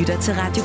lytter til Radio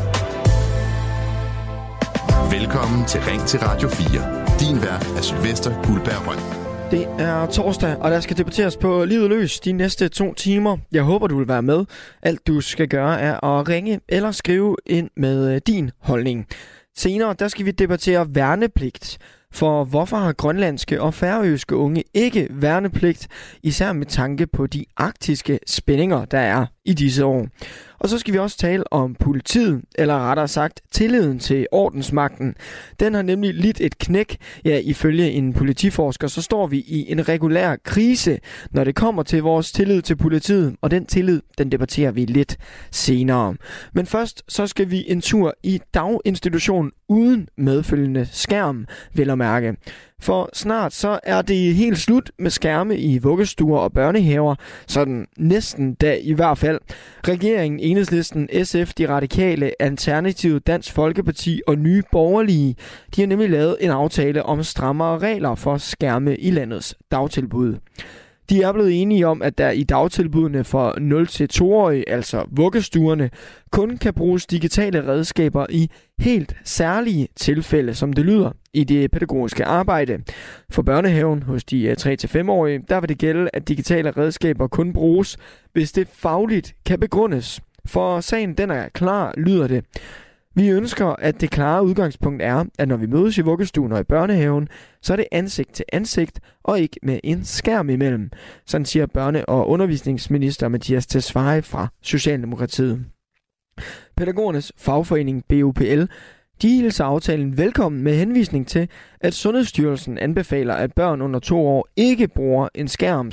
4. Velkommen til Ring til Radio 4. Din vært er Sylvester Guldberg Røn. Det er torsdag, og der skal debatteres på livet løs de næste 2 timer. Jeg håber, du vil være med. Alt du skal gøre er at ringe eller skrive ind med din holdning. Senere der skal vi debattere værnepligt. For hvorfor har grønlandske og færøske unge ikke værnepligt, især med tanke på de arktiske spændinger, der er i disse år? Og så skal vi også tale om politiet, eller rettere sagt tilliden til ordensmagten. Den har nemlig lidt et knæk. Ja, ifølge en politiforsker, så står vi i en regulær krise, når det kommer til vores tillid til politiet. Og den tillid, den debatterer vi lidt senere. Men først, så skal vi en tur i daginstitution uden medfølgende skærm, vel at mærke. For snart så er det helt slut med skærme i vuggestuer og børnehaver, sådan næsten da i hvert fald. Regeringen, Enhedslisten, SF, De Radikale, Alternativet, Dansk Folkeparti og Nye Borgerlige, de har nemlig lavet en aftale om strammere regler for skærme i landets dagtilbud. De er blevet enige om, at der i dagtilbudene for 0-2-årige, altså vuggestuerne, kun kan bruges digitale redskaber i helt særlige tilfælde, som det lyder, i det pædagogiske arbejde. For børnehaven hos de 3-5-årige, der vil det gælde, at digitale redskaber kun bruges, hvis det fagligt kan begrundes. For sagen den er klar, lyder det. Vi ønsker, at det klare udgangspunkt er, at når vi mødes i vuggestuen og i børnehaven, så er det ansigt til ansigt og ikke med en skærm imellem. Sådan siger børne- og undervisningsminister Mattias Tesfaye fra Socialdemokratiet. Pædagogernes fagforening BUPL, de hilser aftalen velkommen med henvisning til, at Sundhedsstyrelsen anbefaler, at børn under 2 år ikke bruger en skærm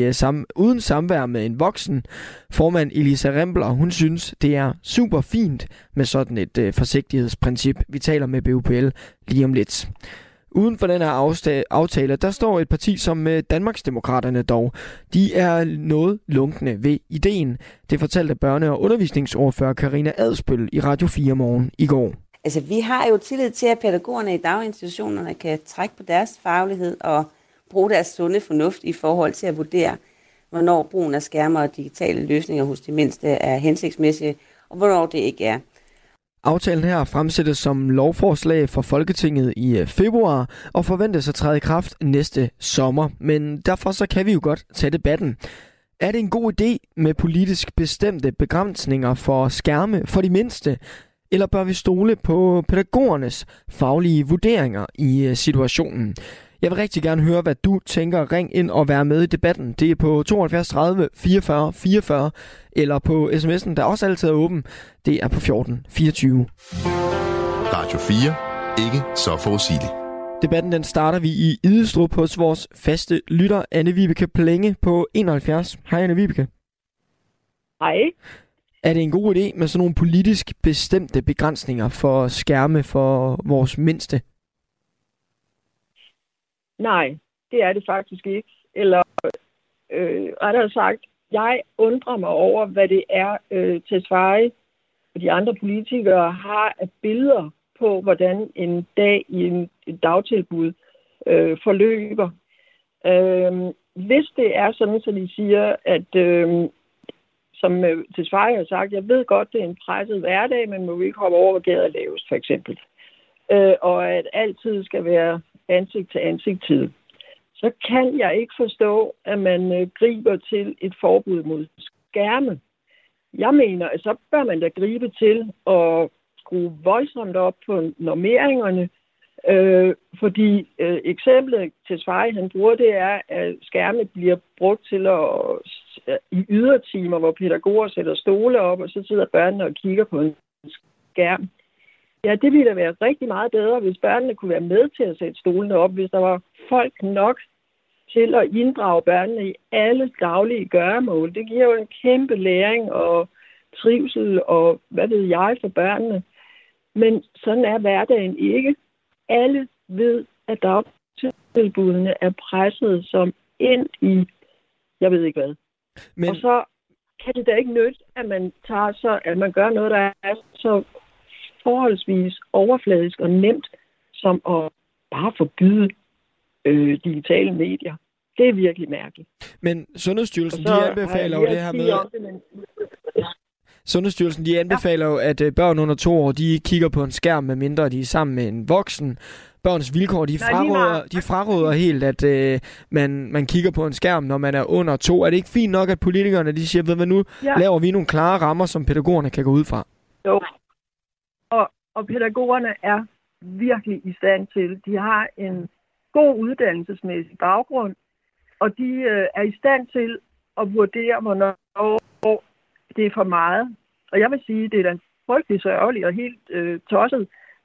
uden samvær med en voksen. Formand Elisa Rembler, hun synes, det er super fint med sådan et forsigtighedsprincip. Vi taler med BUPL lige om lidt. Uden for den her aftale, der står et parti som Danmarksdemokraterne dog. De er noget lunkne ved ideen. Det fortalte børne- og undervisningsordfører Karina Adsbøl i Radio 4 Morgen i går. Altså, vi har jo tillid til, at pædagogerne i daginstitutionerne kan trække på deres faglighed og bruge deres sunde fornuft i forhold til at vurdere, hvornår brugen af skærme og digitale løsninger hos de mindste er hensigtsmæssige, og hvornår det ikke er. Aftalen her fremsættes som lovforslag for Folketinget i februar og forventes at træde i kraft næste sommer. Men derfor så kan vi jo godt tage debatten. Er det en god idé med politisk bestemte begrænsninger for skærme for de mindste? Eller bør vi stole på pædagogernes faglige vurderinger i situationen? Jeg vil rigtig gerne høre, hvad du tænker. Ring ind og vær med i debatten. Det er på 72 30 44 44, eller på sms'en, der også altid er åben. Det er på 14 24. Radio 4. Ikke så forudsigeligt. Debatten den starter vi i Idestrup hos vores faste lytter, Anne-Vibeke Plenge på 71. Hej Anne-Vibeke. Hej. Er det en god idé med sådan nogle politisk bestemte begrænsninger for skærme for vores mindste? Nej, det er det faktisk ikke. Eller rettere sagt, jeg undrer mig over, hvad det er, Tesfaye og de andre politikere har af billeder på, hvordan en dag i et dagtilbud forløber. Hvis det er sådan, så de siger, at som Tesfaye har sagt, jeg ved godt, det er en presset hverdag, men må vi ikke hoppe over, hvor gæret er lavest, for eksempel. Og at altid skal være ansigt til ansigt tid. Så kan jeg ikke forstå, at man griber til et forbud mod skærme. Jeg mener, at så bør man da gribe til at skrue voldsomt op på normeringerne, fordi eksemplet Tesfaye, han bruger, det er, at skærme bliver brugt til i ydertimer, hvor pædagoger sætter stole op, og så sidder børnene og kigger på en skærm. Ja, det ville da være rigtig meget bedre, hvis børnene kunne være med til at sætte stolene op, hvis der var folk nok til at inddrage børnene i alle daglige gøremål. Det giver jo en kæmpe læring og trivsel og hvad ved jeg for børnene. Men sådan er hverdagen ikke. Alle ved, at dagtilbudene er presset som ind i, jeg ved ikke hvad. Men... Og så kan det da ikke nytte, at man gør noget, der er så forholdsvis overfladisk og nemt, som at bare forbyde digitale medier. Det er virkelig mærkeligt. Men Sundhedsstyrelsen, de anbefaler jo det her med... Sundhedsstyrelsen, de anbefaler jo, at børn under 2 år, de kigger på en skærm, medmindre de er sammen med en voksen. Børns vilkår, de fraråder helt, at man kigger på en skærm, når man er under 2. Er det ikke fint nok, at politikerne de siger, ved hvad nu, laver vi nogle klare rammer, som pædagogerne kan gå ud fra? Jo. Og pædagogerne er virkelig i stand til. De har en god uddannelsesmæssig baggrund, og de er i stand til at vurdere, hvornår det er for meget. Og jeg vil sige, det er da frygtelig sørgeligt og helt tosset,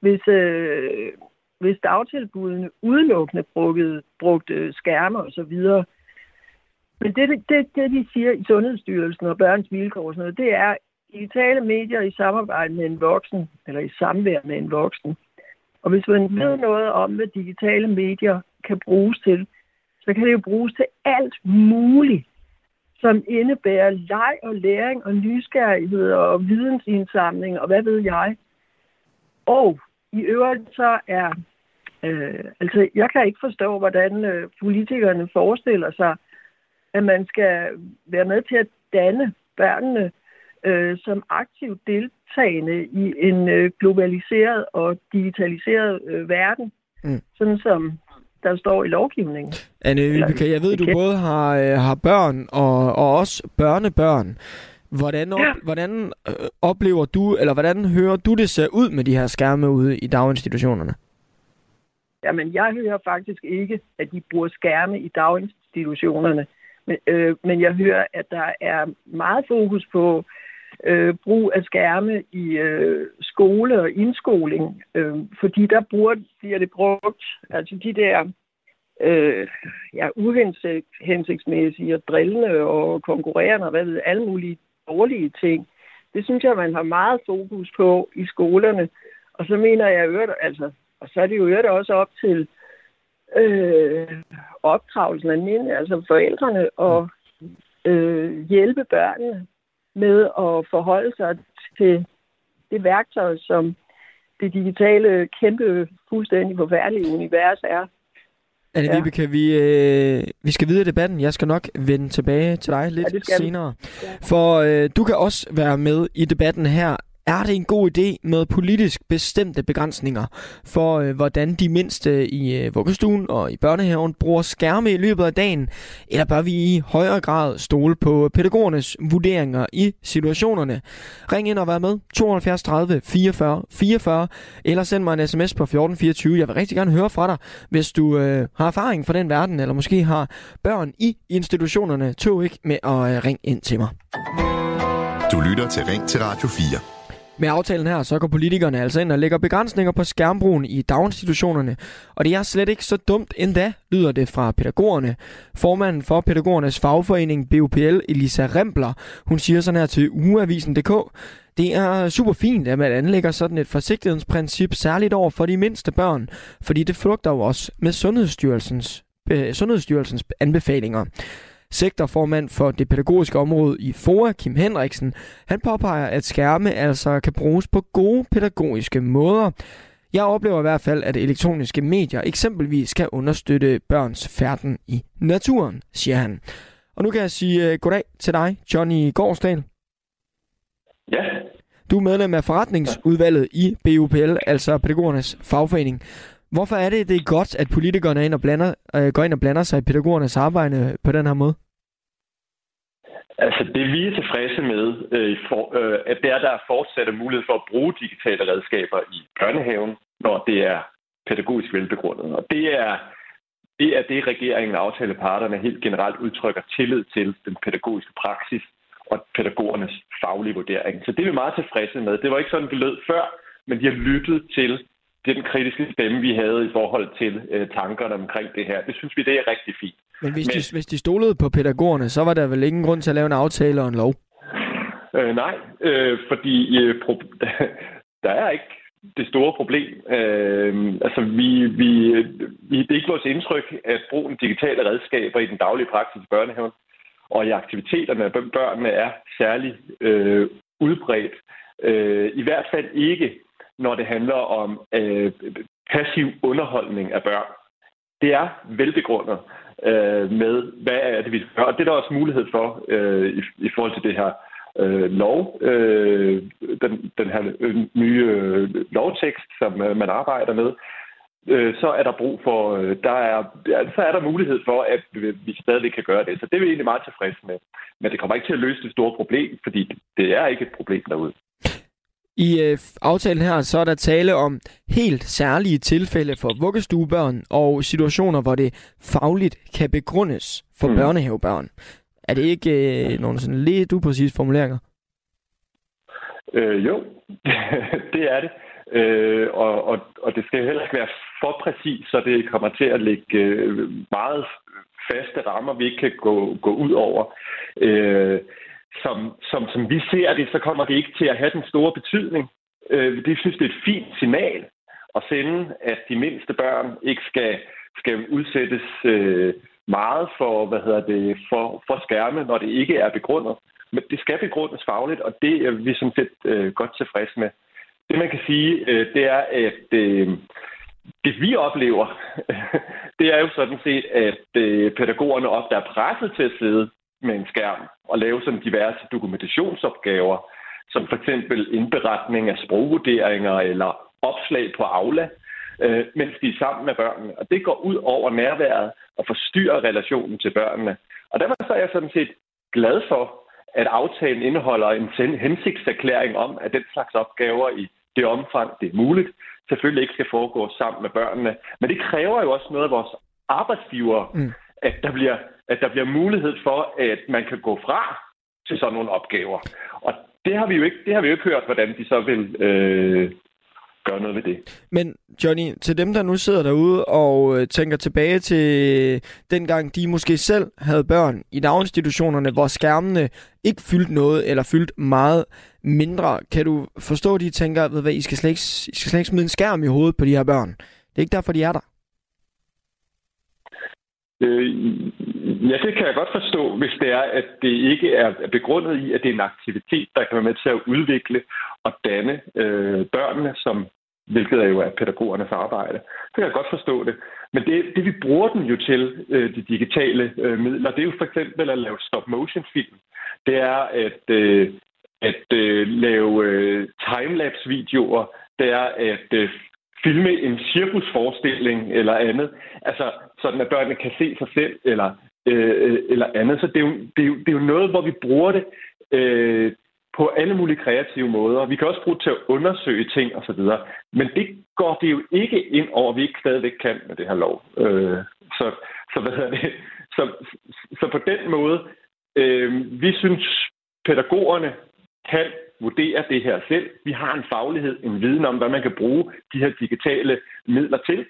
hvis dagtilbudene udelukkende brugte skærme og så videre. Men det, de siger i Sundhedsstyrelsen og Børns Vilkår og sådan noget, det er digitale medier i samarbejde med en voksen, eller i samvær med en voksen. Og hvis man ved noget om, hvad digitale medier kan bruges til, så kan det jo bruges til alt muligt, som indebærer leg og læring og nysgerrighed og vidensindsamling og hvad ved jeg. Og i øvrigt så er... jeg kan ikke forstå, hvordan politikerne forestiller sig, at man skal være med til at danne børnene som aktivt deltagende i en globaliseret og digitaliseret verden, sådan som der står i lovgivningen. Anne Vibeke, jeg ved, du både har børn og også børnebørn. Hvordan oplever du, eller hvordan hører du det ser ud med de her skærme ude i daginstitutionerne? Jamen, jeg hører faktisk ikke, at de bruger skærme i daginstitutionerne. Men jeg hører, at der er meget fokus på brug af skærme i skole og indskoling. Fordi der bliver det brugt, altså de der uhensigtsmæssige og drillende og konkurrerende og alle mulige dårlige ting. Det synes jeg, man har meget fokus på i skolerne. Og så mener jeg og så er det jo også op til opdragelsen af altså forældrene og hjælpe børnene med at forholde sig til det værktøj, som det digitale kæmpe fuldstændig forfærdelige univers er. Anne Vibeke, vi skal videre i debatten. Jeg skal nok vende tilbage til dig lidt senere. Ja. For du kan også være med i debatten her. Er det en god idé med politisk bestemte begrænsninger for, hvordan de mindste i vuggestuen og i børnehaven bruger skærme i løbet af dagen? Eller bør vi i højere grad stole på pædagogernes vurderinger i situationerne? Ring ind og vær med 72 30 44 44, eller send mig en sms på 1424. Jeg vil rigtig gerne høre fra dig, hvis du har erfaring fra den verden, eller måske har børn i institutionerne. Tog ikke med at ringe ind til mig. Du lytter til Ring til Radio 4. Med aftalen her, så går politikerne altså ind og lægger begrænsninger på skærmbrugen i daginstitutionerne. Og det er slet ikke så dumt endda, lyder det fra pædagogerne. Formanden for pædagogernes fagforening BUPL, Elisa Rempler, hun siger sådan her til ugeavisen.dk: det er super fint, at man anlægger sådan et forsigtighedsprincip, særligt over for de mindste børn, fordi det flugter jo også med Sundhedsstyrelsens anbefalinger. Sektorformand for det pædagogiske område i FOA, Kim Henriksen, han påpeger, at skærme altså kan bruges på gode pædagogiske måder. Jeg oplever i hvert fald, at elektroniske medier eksempelvis skal understøtte børns færden i naturen, siger han. Og nu kan jeg sige goddag til dig, Johnny Gårdsdal. Ja. Du er medlem af forretningsudvalget i BUPL, altså pædagogernes fagforening. Hvorfor er det er godt, at politikerne går ind og blander sig i pædagogernes arbejde på den her måde? Altså det vi er tilfredse med, at der er fortsat mulighed for at bruge digitale redskaber i børnehaven, når det er pædagogisk velbegrundet. Og det er det, regeringen og aftaleparterne helt generelt udtrykker tillid til den pædagogiske praksis og pædagogernes faglige vurdering. Så det er vi meget tilfredse med. Det var ikke sådan, det lød før, men de har lyttet til den kritiske stemme, vi havde i forhold til tankerne omkring det her. Det synes vi, det er rigtig fint. Men hvis de stolede på pædagogerne, så var der vel ingen grund til at lave en aftale og en lov? Nej, fordi der er ikke det store problem. Det er ikke vores indtryk at bruge digitale redskaber i den daglige praksis i børnehaven og i aktiviteterne af børnene er særlig udbredt. I hvert fald ikke, når det handler om passiv underholdning af børn. Det er velbegrundet med, hvad er det, vi skal gøre. Og det er der også mulighed for i forhold til det her den her nye lovtekst, som man arbejder med, så er der brug for, så er der mulighed for, at vi stadig kan gøre det. Så det er vi egentlig meget tilfredse med. Men det kommer ikke til at løse det store problem, fordi det er ikke et problem derude. I aftalen her, så er der tale om helt særlige tilfælde for vuggestuebørn og situationer, hvor det fagligt kan begrundes for børnehavebørn. Er det ikke nogle sådan lidt upræcise formuleringer? Jo, det er det. Og det skal heller ikke være for præcis, så det kommer til at lægge meget faste rammer, vi ikke kan gå ud over. Som vi ser det, så kommer det ikke til at have den store betydning. Det synes det er et fint signal at sende, at de mindste børn ikke skal udsættes meget for skærme, når det ikke er begrundet. Men det skal begrundes fagligt, og det er vi sådan set godt tilfreds med. Det man kan sige, det er, at det vi oplever, det er jo sådan set, at pædagogerne ofte er presset til at sidde med en skærm og lave sådan diverse dokumentationsopgaver, som for eksempel indberetning af sprogvurderinger eller opslag på Aula, mens de er sammen med børnene. Og det går ud over nærværet og forstyrrer relationen til børnene. Og derfor så er jeg sådan set glad for, at aftalen indeholder en hensigtserklæring om, at den slags opgaver i det omfang, det er muligt, selvfølgelig ikke skal foregå sammen med børnene. Men det kræver jo også noget af vores arbejdsgivere, at der bliver mulighed for, at man kan gå fra til sådan nogle opgaver. Og det har vi jo ikke hørt, hvordan de så vil gøre noget ved det. Men Johnny, til dem, der nu sidder derude og tænker tilbage til dengang de måske selv havde børn i daginstitutionerne, hvor skærmene ikke fyldte noget eller fyldte meget mindre, kan du forstå, at de tænker, ved hvad, I skal slet ikke smide en skærm i hovedet på de her børn? Det er ikke derfor, de er der. Ja, det kan jeg godt forstå, hvis det er, at det ikke er begrundet i, at det er en aktivitet, der kan være med til at udvikle og danne børnene, hvilket er jo er pædagogernes arbejde. Så kan jeg godt forstå det. Men det vi bruger den jo til, de digitale midler, det er jo for eksempel at lave stop-motion-film. Det er at lave timelapse-videoer. Det er at filme en cirkusforestilling eller andet. Altså sådan, at børnene kan se sig selv eller andet. Så det er jo noget, hvor vi bruger det på alle mulige kreative måder. Vi kan også bruge det til at undersøge ting osv. Men det går det jo ikke ind over, vi ikke stadigvæk kan med det her lov. Så på den måde, vi synes, pædagogerne kan vurdere det her selv. Vi har en faglighed, en viden om, hvad man kan bruge de her digitale midler til.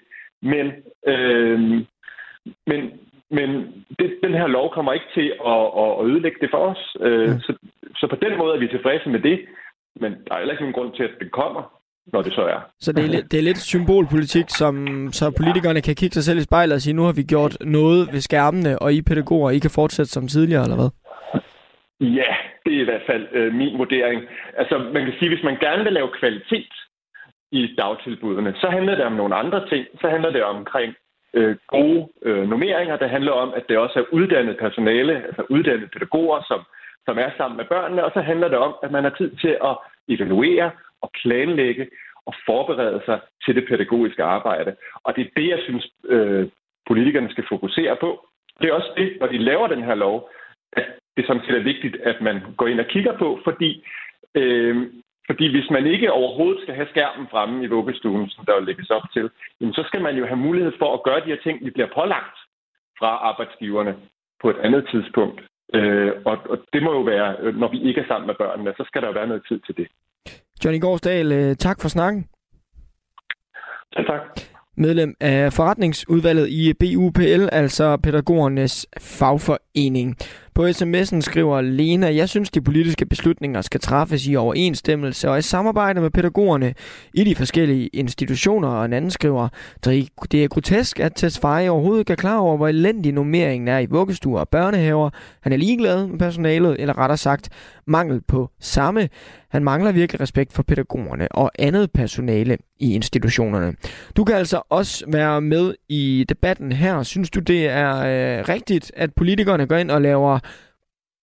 Men den her lov kommer ikke til at ødelægge det for os. Så på den måde er vi tilfredse med det. Men der er heller ikke nogen grund til, at det kommer, når det så er. Så det er lidt symbolpolitik, så politikerne kan kigge sig selv i spejlet og sige, nu har vi gjort noget ved skærmene, og I pædagoger, I kan fortsætte som tidligere, eller hvad? Ja, det er i hvert fald min vurdering. Altså, man kan sige, hvis man gerne vil lave kvalitet i dagtilbudene, så handler det om nogle andre ting. Så handler det omkring gode normeringer. Det handler om, at det også er uddannet personale, altså uddannede pædagoger, som er sammen med børnene. Og så handler det om, at man har tid til at evaluere og planlægge og forberede sig til det pædagogiske arbejde. Og det er det, jeg synes, politikerne skal fokusere på. Det er også det, når de laver den her lov, at det sådan set er vigtigt, at man går ind og kigger på, fordi hvis man ikke overhovedet skal have skærmen fremme i vuggestuen, som der lægges op til, så skal man jo have mulighed for at gøre de her ting, de bliver pålagt fra arbejdsgiverne på et andet tidspunkt. Og det må jo være, når vi ikke er sammen med børnene, så skal der jo være noget tid til det. Johnny Gårdsdal, tak for snakken. Ja, tak. Medlem af forretningsudvalget i BUPL, altså pædagogernes fagforening. På sms'en skriver Lena, jeg synes, de politiske beslutninger skal træffes i overensstemmelse og i samarbejde med pædagogerne i de forskellige institutioner. Og en anden skriver, det er grotesk, at Tesfaye overhovedet ikke er klar over, hvor elendig normeringen er i vuggestuer og børnehaver. Han er ligeglad med personalet, eller rettere sagt mangel på samme. Han mangler virkelig respekt for pædagogerne og andet personale i institutionerne. Du kan altså også være med i debatten her. Synes du, det er rigtigt, at politikerne går ind og laver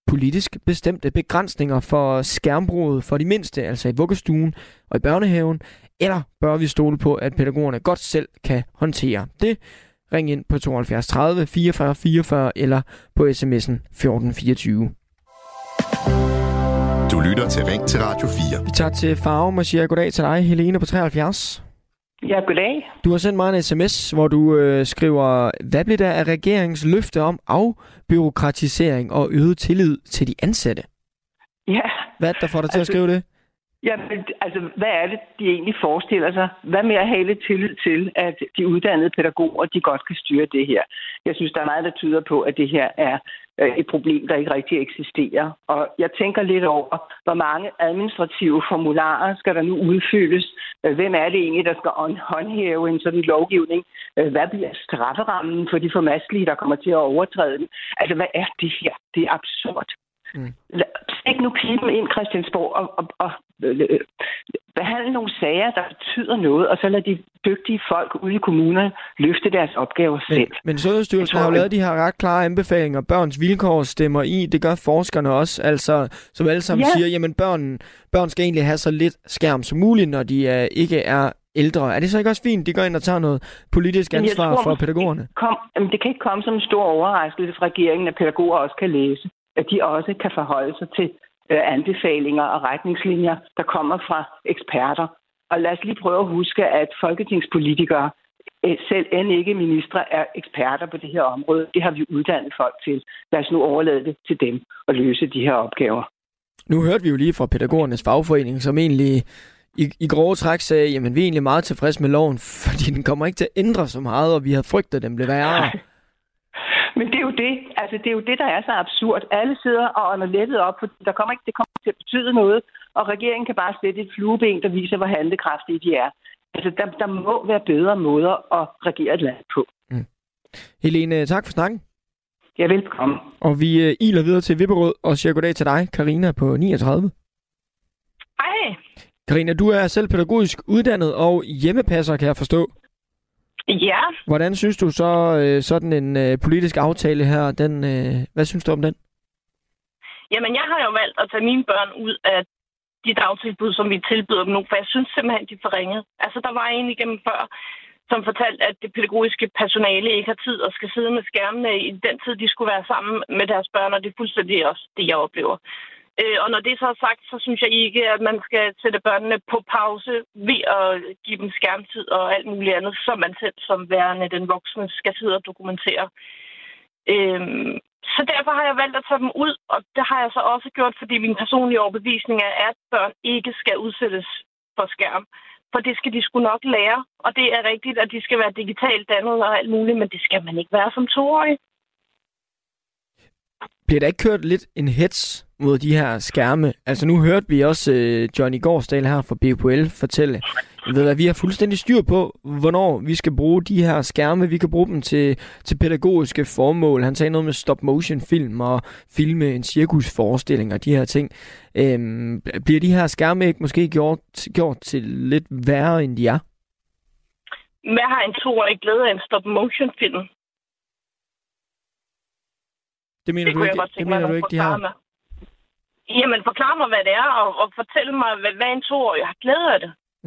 politisk bestemte begrænsninger for skærmbruget for de mindste, altså i vuggestuen og i børnehaven, eller bør vi stole på, at pædagogerne godt selv kan håndtere det? Ring ind på 72 30 44 44 eller på sms'en 1424. Du lytter til Ring til Radio 4. Vi tager til Farum og siger goddag til dig, Helene på 73. Ja, goddag. Du har sendt mig en sms, hvor du skriver, hvad bliver der af regeringens løfte om afbureaukratisering og øget tillid til de ansatte? Ja. Hvad er det, der får dig til at skrive det? Jamen, altså, hvad er det, de egentlig forestiller sig? Hvad med at have lidt tillid til, at de uddannede pædagoger, de godt kan styre det her? Jeg synes, der er meget, der tyder på, at det her er et problem, der ikke rigtig eksisterer. Og jeg tænker lidt over, hvor mange administrative formularer skal der nu udfyldes? Hvem er det egentlig, der skal håndhæve en sådan lovgivning? Hvad bliver strafferammen for de formaslige, der kommer til at overtræde den? Altså, hvad er det her? Det er absurd. Stik nu pipen ind, Christiansborg, og behandle nogle sager, der betyder noget, og så lad de dygtige folk ude i kommunerne løfte deres opgaver selv. Men Sundhedsstyrelsen har jo lavet de her ret klare anbefalinger. Børns vilkår stemmer i, det gør forskerne også, altså, som alle sammen siger, jamen børn skal egentlig have så lidt skærm som muligt, når de ikke er ældre. Er det så ikke også fint, de går ind og tager noget politisk ansvar for pædagogerne? Det kan ikke komme som en stor overraskelse fra regeringen, at pædagoger også kan læse, at de også kan forholde sig til anbefalinger og retningslinjer, der kommer fra eksperter. Og lad os lige prøve at huske, at folketingspolitikere, selv end ikke ministre, er eksperter på det her område. Det har vi uddannet folk til. Lad os nu overlade det til dem at løse de her opgaver. Nu hørte vi jo lige fra pædagogernes fagforening, som egentlig i grove træk sagde, jamen vi er egentlig meget tilfredse med loven, fordi den kommer ikke til at ændre så meget, og vi havde frygtet, at den blev værre. Men det er jo det. Altså, det er jo det, der er så absurd. Alle sidder og ånder lettet op, for det kommer til at betyde noget, og regeringen kan bare sætte et flueben, der viser, hvor handlekraftige de er. Altså, der må være bedre måder at regere et land på. Helene, tak for snakken. Ja, velkommen. Og vi iler videre til Vipperød og siger goddag til dig, Karina på 39. Hej. Karina, du er selv pædagogisk uddannet og hjemmepasser, kan jeg forstå. Ja. Hvordan synes du så sådan en politisk aftale her, hvad synes du om den? Jamen, jeg har jo valgt at tage mine børn ud af de dagtilbud, som vi tilbyder dem nu, for jeg synes simpelthen, de er forringet. Altså, der var en igennem før, som fortalte, at det pædagogiske personale ikke har tid og skal sidde med skærmene i den tid, de skulle være sammen med deres børn, og det er fuldstændig også det, jeg oplever. Og når det så er sagt, så synes jeg ikke, at man skal sætte børnene på pause ved at give dem skærmtid og alt muligt andet, som man selv som værende den voksne skal sidde og dokumentere. Så derfor har jeg valgt at tage dem ud, og det har jeg så også gjort, fordi min personlige overbevisning er, at børn ikke skal udsættes for skærm. For det skal de sgu nok lære, og det er rigtigt, at de skal være digitalt dannet og alt muligt, men det skal man ikke være som 2-årig. Bliver der ikke kørt lidt en hets mod de her skærme? Altså nu hørte vi også Johnny Gårdsdal her fra BUPL fortælle, at vi har fuldstændig styr på, hvornår vi skal bruge de her skærme. Vi kan bruge dem til pædagogiske formål. Han sagde noget med stop-motion film og filme en cirkusforestilling og de her ting. Bliver de her skærme ikke måske gjort til lidt værre, end de er? Hvad har en 2-årig glæde af en stop-motion film? Det mener du ikke, de har? Jamen, forklar mig, hvad det er, og fortæl mig, hvad en 2-årig har glæde af det.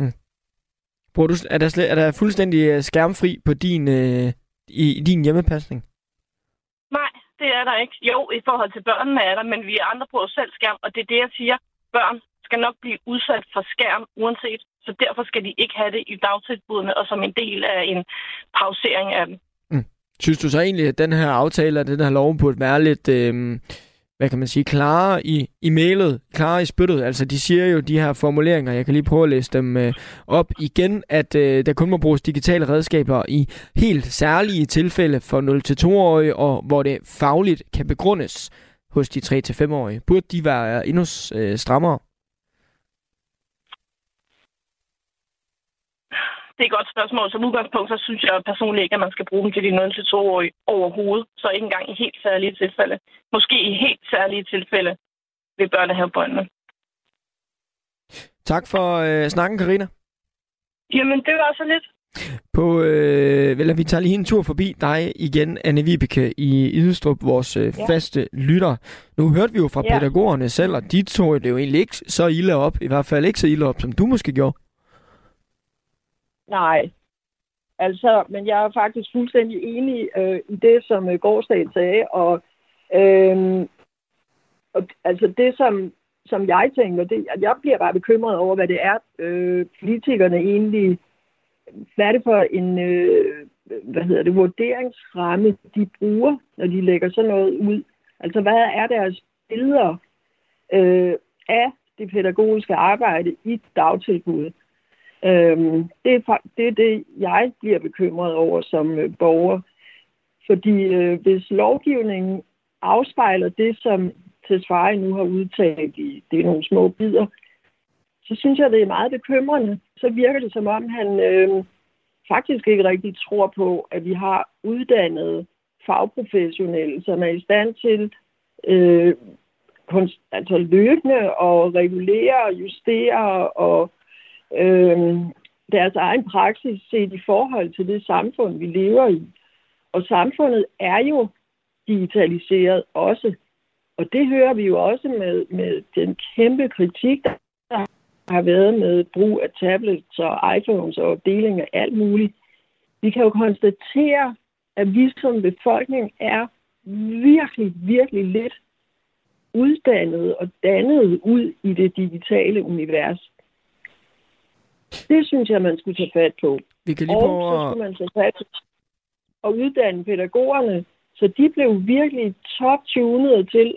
Er der fuldstændig skærmfri på i din hjemmepasning? Nej, det er der ikke. Jo, i forhold til børnene er der, men vi andre bruger selv skærm, og det er det, jeg siger. Børn skal nok blive udsat for skærm uanset, så derfor skal de ikke have det i dagtilbudene og som en del af en pausering af dem. Synes du så egentlig, at den her aftale og den her lov burde være lidt, hvad kan man sige, klare i mailet, klare i spyttet? Altså, de siger jo de her formuleringer, jeg kan lige prøve at læse dem op igen, at der kun må bruges digitale redskaber i helt særlige tilfælde for 0-2-årige, og hvor det fagligt kan begrundes hos de 3-5-årige. Burde de være endnu strammere? Det er et godt spørgsmål. Som udgangspunkt, så synes jeg personligt ikke, at man skal bruge dem til de 0-2-årige overhovedet. Så ikke engang i helt særlige tilfælde. Måske i helt særlige tilfælde ved børnehavebørnene. Tak for snakken, Karina. Jamen, det var så lidt. Vi tager lige en tur forbi dig igen, Anne-Vibeke i Idestrup, vores faste lytter. Nu hørte vi jo fra pædagogerne selv, og de tog det jo egentlig ikke så ilde op, i hvert fald ikke så ilde op, som du måske gjorde. Nej, altså, men jeg er faktisk fuldstændig enig i det, som Gårdstad sagde, og altså det, som jeg tænker, det, at jeg bliver bare bekymret over, hvad det er, politikerne egentlig, hvad er det for en vurderingsramme, de bruger, når de lægger sådan noget ud. Altså, hvad er deres billeder af det pædagogiske arbejde i dagtilbuddet? Det er det, jeg bliver bekymret over som borger. Fordi hvis lovgivningen afspejler det, som Tesfaye nu har udtalt i det er nogle små bidder, så synes jeg, det er meget bekymrende. Så virker det, som om han faktisk ikke rigtig tror på, at vi har uddannede fagprofessionelle, som er i stand til altså løbende og regulere og justere og deres egen praksis set i forhold til det samfund, vi lever i. Og samfundet er jo digitaliseret også. Og det hører vi jo også med den kæmpe kritik, der har været med brug af tablets og iPhones og deling af alt muligt. Vi kan jo konstatere, at vi som befolkning er virkelig, virkelig lidt uddannet og dannet ud i det digitale univers. Det synes jeg, man skulle tage fat på. Vi kan lige så skulle man tage fat på og uddanne pædagogerne, så de blev virkelig top-tunet til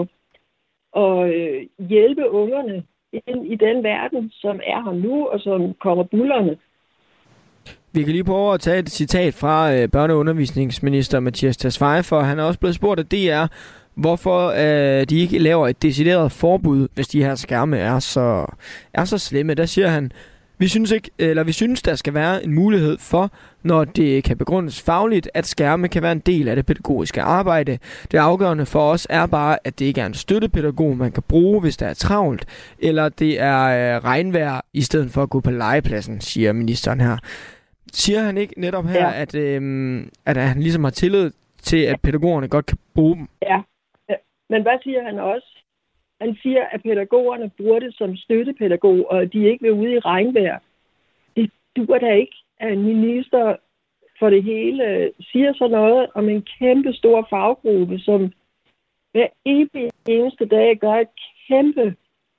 at hjælpe ungerne ind i den verden, som er her nu, og som kommer bullerne. Vi kan lige prøve at tage et citat fra børne- og undervisningsminister Mattias Tesfaye, for han er også blevet spurgt af DR, hvorfor de ikke laver et decideret forbud, hvis de her skærme er så slemme. Der siger han, vi synes, der skal være en mulighed for, når det kan begrundes fagligt, at skærme kan være en del af det pædagogiske arbejde. Det afgørende for os er bare, at det ikke er en støttepædagog, man kan bruge, hvis der er travlt, eller det er regnvejr, i stedet for at gå på legepladsen, siger ministeren her. Siger han ikke netop her, at han ligesom har tillid til, at pædagogerne godt kan bruge dem? Ja, men hvad siger han også? Han siger, at pædagogerne bruger det som støttepædagog, og de ikke vil ude i regnvejr. Det duer da ikke, at en minister for det hele siger så noget om en kæmpe stor faggruppe, som hver eneste dag gør et kæmpe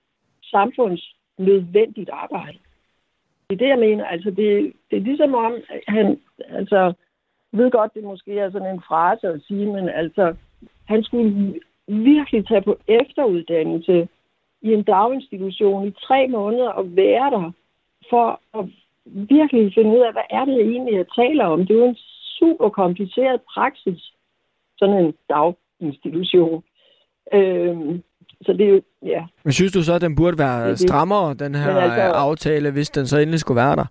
samfundsnødvendigt arbejde. Det er det, jeg mener. Altså, det er ligesom om, han ved godt, det måske er sådan en frase at sige, men altså, han skulle virkelig tage på efteruddannelse i en daginstitution i 3 måneder og være der for at virkelig finde ud af, hvad er det egentlig, jeg taler om. Det er jo en super kompliceret praksis, sådan en daginstitution. Så det er jo, ja. Men synes du så, at den burde være strammere, den her aftale, hvis den så endelig skulle være der?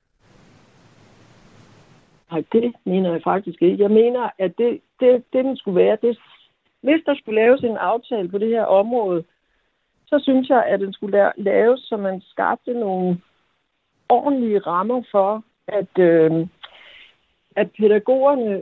Nej, det mener jeg faktisk ikke. Jeg mener, at det den skulle være, hvis der skulle laves en aftale på det her område, så synes jeg, at den skulle laves, så man skabte nogle ordentlige rammer for, at pædagogerne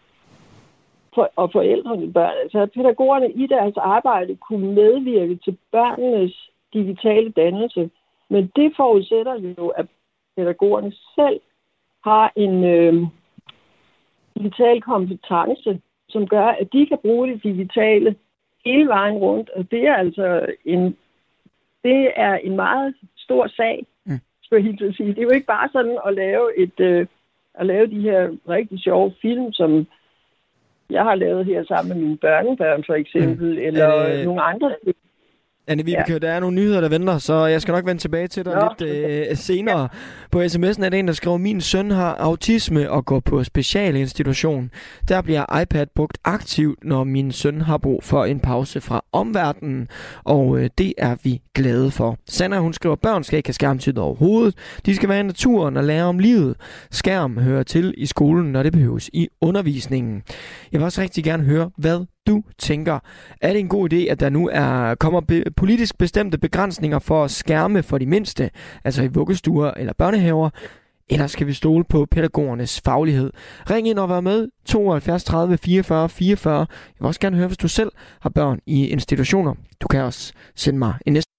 og forældrene børn, altså at pædagogerne i deres arbejde kunne medvirke til børnenes digitale dannelse. Men det forudsætter jo, at pædagogerne selv har en digital kompetence, som gør, at de kan bruge det digitale hele vejen rundt. Og det er altså en meget stor sag, skulle jeg helt til sige. Det er jo ikke bare sådan at lave de her rigtig sjove film, som jeg har lavet her sammen med mine børnebørn, for eksempel, eller nogle andre. Anne-Vibeke, der er nogle nyheder, der venter, så jeg skal nok vende tilbage til dig lidt senere. På sms'en er der en, der skriver, min søn har autisme og går på specialinstitution. Der bliver iPad brugt aktivt, når min søn har brug for en pause fra omverdenen, og det er vi glade for. Sanna, hun skriver, børn skal ikke have skærmtid overhovedet. De skal være i naturen og lære om livet. Skærm hører til i skolen, når det behøves i undervisningen. Jeg vil også rigtig gerne høre, hvad du tænker. Er det en god idé, at der nu kommer politisk bestemte begrænsninger for skærme for de mindste, altså i vuggestuer eller børnehaver? eller skal vi stole på pædagogernes faglighed? Ring ind og vær med 72 30 44 44. Jeg vil også gerne høre, hvis du selv har børn i institutioner. Du kan også sende mig en næste.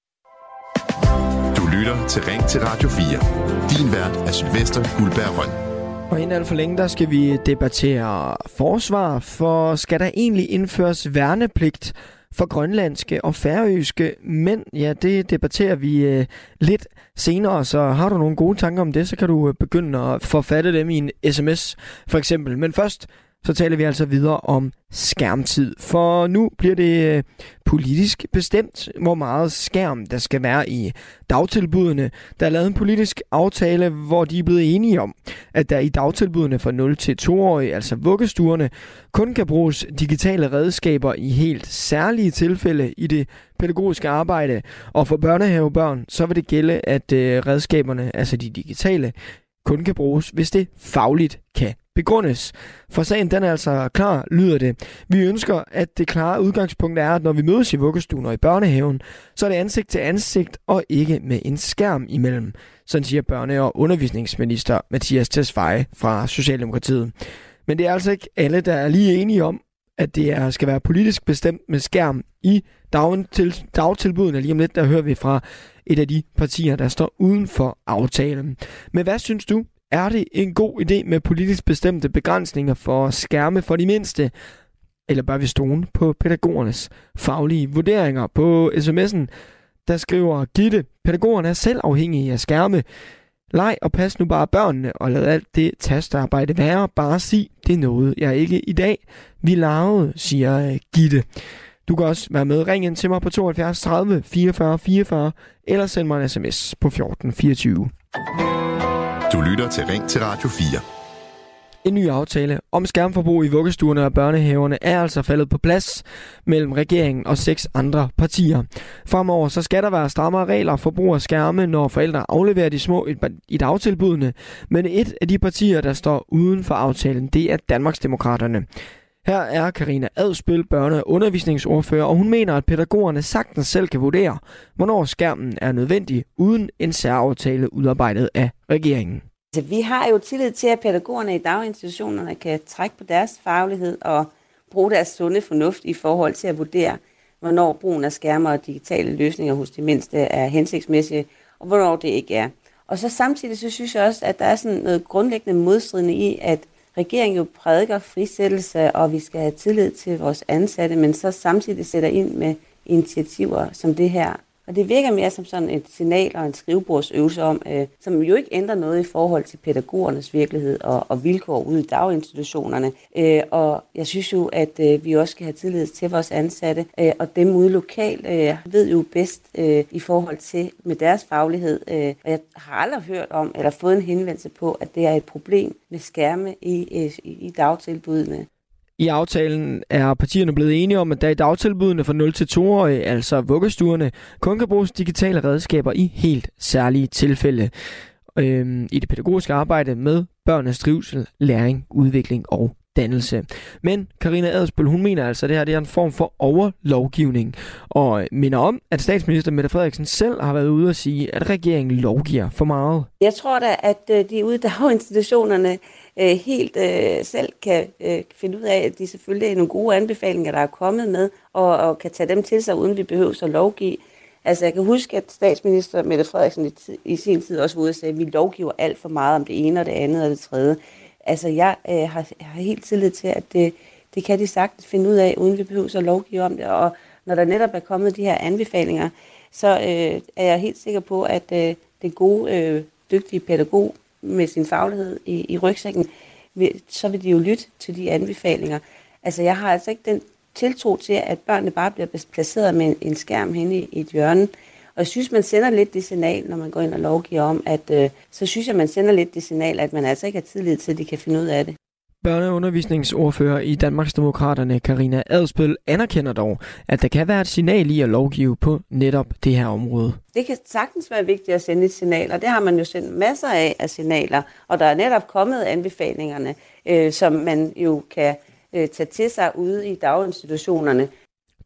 Du lytter til Ring til Radio 4. Din vært er Sylvester Guldberg Røn. Og inden alt for længe, der skal vi debattere forsvar, for skal der egentlig indføres værnepligt for grønlandske og færøske mænd? Ja, det debatterer vi lidt senere, så har du nogle gode tanker om det, så kan du begynde at forfatte dem i en sms for eksempel. Men først så taler vi altså videre om skærmtid, for nu bliver det politisk bestemt, hvor meget skærm der skal være i dagtilbudene. Der er lavet en politisk aftale, hvor de er blevet enige om, at der i dagtilbudene fra 0 til 2-årige, altså vuggestuerne, kun kan bruges digitale redskaber i helt særlige tilfælde i det pædagogiske arbejde. Og for børnehavebørn, så vil det gælde, at redskaberne, altså de digitale, kun kan bruges, hvis det fagligt kan begrundes. For sagen den er altså klar, lyder det. Vi ønsker, at det klare udgangspunkt er, at når vi mødes i vuggestuen og i børnehaven, så er det ansigt til ansigt og ikke med en skærm imellem. Sådan siger børne- og undervisningsminister Mattias Tesfaye fra Socialdemokratiet. Men det er altså ikke alle, der er lige enige om, at det skal være politisk bestemt med skærm i dagtilbudene. Lige om lidt, der hører vi fra et af de partier, der står uden for aftalen. Men hvad synes du? Er det en god idé med politisk bestemte begrænsninger for skærme for de mindste? Eller bør vi stole på pædagogernes faglige vurderinger? På sms'en, der skriver Gitte, pædagogerne er selv afhængige af skærme. Leg og pas nu bare børnene, og lad alt det tastearbejde være. Bare sig, det er noget jeg ikke i dag. Vi lavede, siger Gitte. Du kan også være med. Ring ind til mig på 72 30 44 44, eller send mig en sms på 14 24. Du lytter til Ring til Radio 4. En ny aftale om skærmforbrug i vuggestuerne og børnehaverne er altså faldet på plads mellem regeringen og 6 andre partier. Fremover så skal der være strammere regler for brug af skærme, når forældre afleverer de små i dagtilbudene. Men et af de partier, der står uden for aftalen, det er Danmarksdemokraterne. Her er Karina Adsbøl, børne- og undervisningsordfører, og hun mener, at pædagogerne sagtens selv kan vurdere, hvornår skærmen er nødvendig, uden en særaftale udarbejdet af regeringen. Vi har jo tillid til, at pædagogerne i daginstitutionerne kan trække på deres faglighed og bruge deres sunde fornuft i forhold til at vurdere, hvornår brugen af skærmer og digitale løsninger hos de mindste er hensigtsmæssige, og hvornår det ikke er. Og så samtidig så synes jeg også, at der er sådan noget grundlæggende modstridende i, at regeringen jo prædiker frisættelse, og vi skal have tillid til vores ansatte, men så samtidig sætter ind med initiativer som det her. Og det virker mere som sådan et signal og en skrivebordsøvelse om, som jo ikke ændrer noget i forhold til pædagogernes virkelighed og vilkår ude i daginstitutionerne. Og jeg synes jo, at vi også skal have tillid til vores ansatte, og dem ude lokalt ved jo bedst i forhold til med deres faglighed. Og jeg har aldrig hørt om eller fået en henvendelse på, at det er et problem med skærme i dagtilbudene. I aftalen er partierne blevet enige om, at der i dagtilbudene fra 0 til 2-årige, altså vuggestuerne, kun kan bruges digitale redskaber i helt særlige tilfælde i det pædagogiske arbejde med børnenes trivsel, læring, udvikling og dannelse. Men Karina Adsbøl, hun mener altså, at det er en form for overlovgivning, og minder om, at statsminister Mette Frederiksen selv har været ude at sige, at regeringen lovgiver for meget. Jeg tror da, at de ude i daginstitutionerne helt selv kan finde ud af, at de selvfølgelig er nogle gode anbefalinger, der er kommet med, og kan tage dem til sig, uden vi behøver at lovgive. Altså jeg kan huske, at statsminister Mette Frederiksen i sin tid også var ude og sagde, at vi lovgiver alt for meget om det ene og det andet og det tredje. Altså jeg har helt tillid til, at det kan de sagtens finde ud af, uden vi behøver at lovgive om det. Og når der netop er kommet de her anbefalinger, så er jeg helt sikker på, at det gode, dygtige pædagog med sin faglighed i rygsækken, så vil de jo lytte til de anbefalinger. Altså jeg har altså ikke den tiltro til, at børnene bare bliver placeret med en skærm henne i et hjørne. Og jeg synes, man sender lidt det signal, når man går ind og lovgiver om, at så synes jeg, man sender lidt det signal, at man altså ikke har tillid til, at de kan finde ud af det. Børne- og undervisningsordfører i Danmarksdemokraterne Karina Adsbøl anerkender dog, at der kan være et signal i at lovgive på netop det her område. Det kan sagtens være vigtigt at sende et signal, og det har man jo sendt masser af signaler, og der er netop kommet anbefalingerne, som man jo kan tage til sig ude i daginstitutionerne.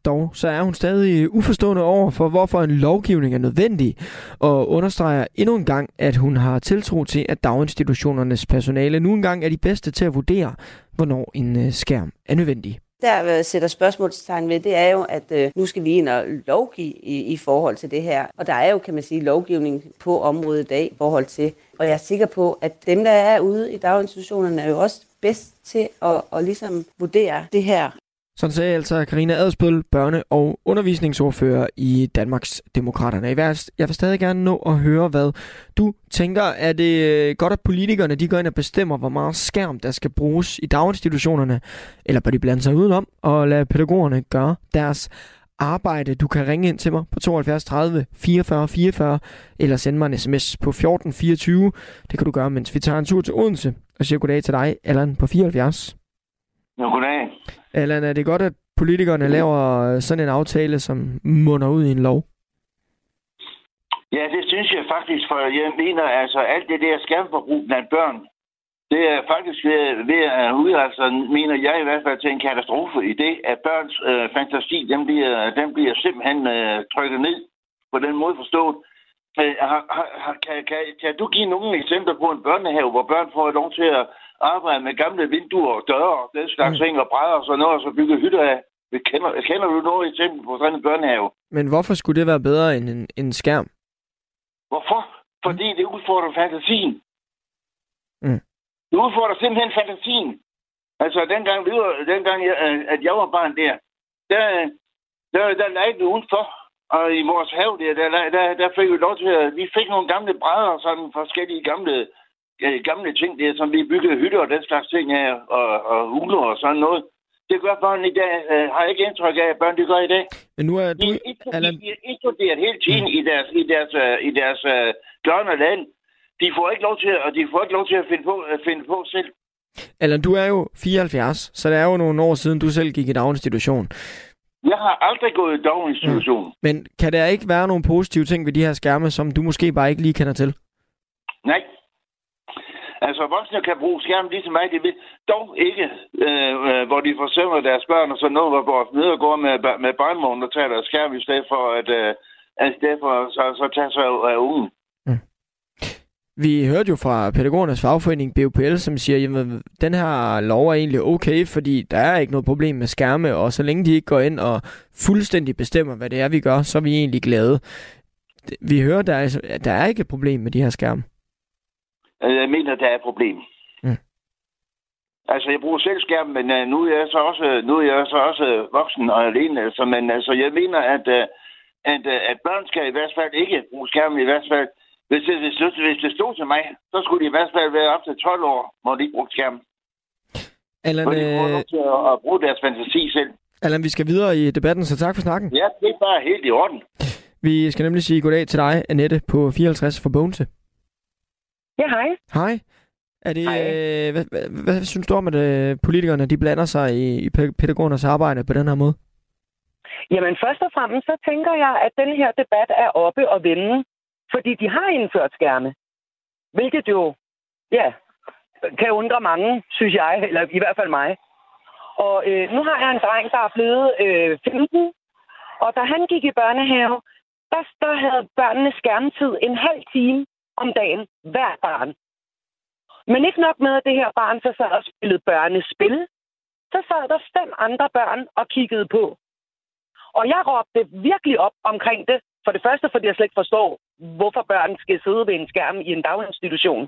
Dog så er hun stadig uforstående over for, hvorfor en lovgivning er nødvendig, og understreger endnu en gang, at hun har tiltro til, at daginstitutionernes personale nu engang er de bedste til at vurdere, hvornår en skærm er nødvendig. Der sætter spørgsmålstegn ved, det er jo, at nu skal vi ind og lovgive i forhold til det her. Og der er jo, kan man sige, lovgivning på området i dag i forhold til. Og jeg er sikker på, at dem, der er ude i daginstitutionerne, er jo også bedst til at ligesom vurdere det her. Sådan sagde altså Karina Adsbøl, børne- og undervisningsordfører i Danmarks Demokraterne. Jeg vil stadig gerne nå at høre, hvad du tænker. Er det godt, at politikerne de går ind og bestemmer, hvor meget skærm der skal bruges i daginstitutionerne? Eller bør de blande sig udenom og lade pædagogerne gøre deres arbejde? Du kan ringe ind til mig på 72 30 44 44 eller sende mig en sms på 14 24. Det kan du gøre, mens vi tager en tur til Odense og siger goddag til dig, Allan på 74. Ja, goddag. Allan, er det godt, at politikerne laver sådan en aftale, som munder ud i en lov? Ja, det synes jeg faktisk, for jeg mener, altså alt det der skærmforbrug blandt børn, det er faktisk ved at udaltså, mener jeg i hvert fald til en katastrofe i det, at børns fantasi, den bliver simpelthen trykket ned på den måde forstået. Kan du give nogle eksempler på en børnehave, hvor børn får lov til at arbejde med gamle vinduer og døre og den slags ting og brædder og sådan noget, og så bygge hytter af? Kender du noget eksempel på sådan en børnehave? Men hvorfor skulle det være bedre end en skærm? Hvorfor? Fordi det udfordrer fantasien. Mm. Det udfordrer simpelthen fantasien. Altså, dengang at jeg var barn der legede vi udenfor. Og i vores have der fik vi lov til at... Vi fik nogle gamle brædder og sådan forskellige gamle ting der, som vi byggede hytter og den slags ting af, og huler og sådan noget. Det gør børn i dag. Har jeg ikke indtryk af, at børn det gør i dag? Men nu er du... De er inkluderet hele tiden i deres gørne og land. De får ikke lov til at finde på selv. Allan, du er jo 74, så det er jo nogle år siden, du selv gik i daginstitution. Jeg har aldrig gået i daginstitution. Men kan der ikke være nogle positive ting ved de her skærme, som du måske bare ikke lige kender til? Nej. Altså, voksne kan bruge skærmen lige så meget, de vil. Dog ikke, hvor de forsømmer deres børn og sådan noget, hvor vores mødre går med barnvogn og tager deres skærm, i stedet for at så tage sig af ungen. Mm. Vi hørte jo fra pædagogernes fagforening BUPL, som siger, at den her lov er egentlig okay, fordi der er ikke noget problem med skærme, og så længe de ikke går ind og fuldstændig bestemmer, hvad det er, vi gør, så er vi egentlig glade. Vi hører, at der er ikke et problem med de her skærme. Jeg mener, der er et problem. Mm. Altså, jeg bruger selv skærmen, men nu er jeg så også voksen og alene. Altså, men altså, jeg mener, at børn skal i hvert fald ikke bruge skærmen i hvert fald. Hvis det stod til mig, så skulle de i hvert fald være op til 12 år, hvor de ikke brugte skærmen. Allan, hvor de får lov til at bruge deres fantasi selv. Allan, vi skal videre i debatten, så tak for snakken. Ja, det er bare helt i orden. Vi skal nemlig sige goddag til dig, Annette, på 54 fra Bogense. Ja, hej. Hej. Er det, hvad synes du om, at politikerne de blander sig i pædagogernes arbejde på den her måde? Jamen, først og fremmest så tænker jeg, at den her debat er oppe og vende, fordi de har indført skærme. Hvilket jo, ja, kan undre mange, synes jeg, eller i hvert fald mig. Og nu har jeg en dreng, der er blevet 15, og da han gik i børnehave, der havde børnene skærmtid en halv time om dagen, hver barn. Men ikke nok med, at det her barn så sad og spillede børnespil, så sad der 5 andre børn og kiggede på. Og jeg råbte virkelig op omkring det. For det første, fordi jeg slet ikke forstår, hvorfor børn skal sidde ved en skærm i en daginstitution.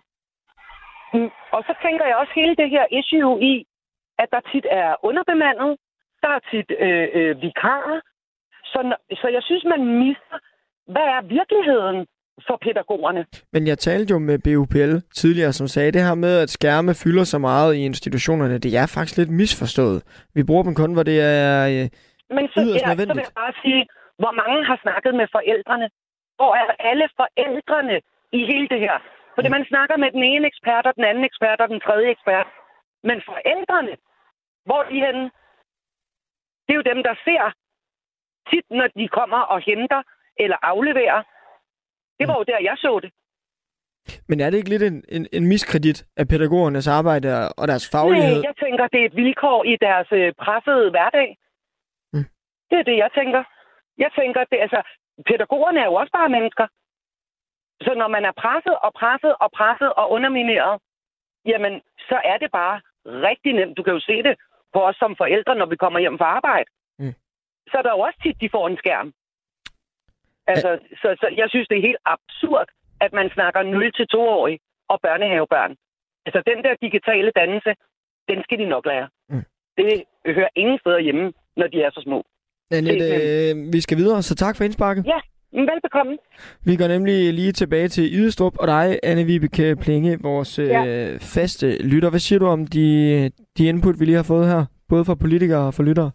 Og så tænker jeg også hele det her issue i, at der tit er underbemandet, der er tit vikarer. Så jeg synes, man mister, hvad er virkeligheden for pædagogerne. Men jeg talte jo med BUPL tidligere, som sagde, det her med, at skærme fylder så meget i institutionerne, det er faktisk lidt misforstået. Vi bruger dem kun, hvor det er yderst nødvendigt. Så vil jeg bare sige, hvor mange har snakket med forældrene? Hvor er alle forældrene i hele det her? Fordi man snakker med den ene ekspert, og den anden ekspert, og den tredje ekspert. Men forældrene, hvor er de henne? Det er jo dem, der ser tit, når de kommer og henter eller afleverer. Det var jo der, jeg så det. Men er det ikke lidt en miskredit af pædagogernes arbejde og deres faglighed? Nej, jeg tænker, det er et vilkår i deres pressede hverdag. Det er det, jeg tænker. Jeg tænker, pædagogerne er jo også bare mennesker. Så når man er presset og undermineret, jamen, så er det bare rigtig nemt. Du kan jo se det på os som forældre, når vi kommer hjem fra arbejde. Så er der jo også tit, de får en skærm. Altså, så jeg synes, det er helt absurd, at man snakker 0-2-årige og børnehavebørn. Altså, den der digitale dannelse, den skal de nok lære. Det hører ingen steder hjemme, når de er så små. Annette, vi skal videre, så tak for indsparket. Ja, velbekomme. Vi går nemlig lige tilbage til Idestrup og dig, Anne-Vibeke Plinge, vores faste lytter. Hvad siger du om de input, vi lige har fået her? Både fra politikere og fra lyttere?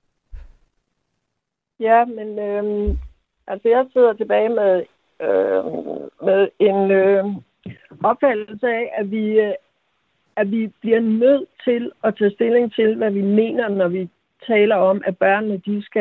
Ja, men altså jeg sidder tilbage med en opfattelse af, at vi bliver nødt til at tage stilling til, hvad vi mener, når vi taler om, at børnene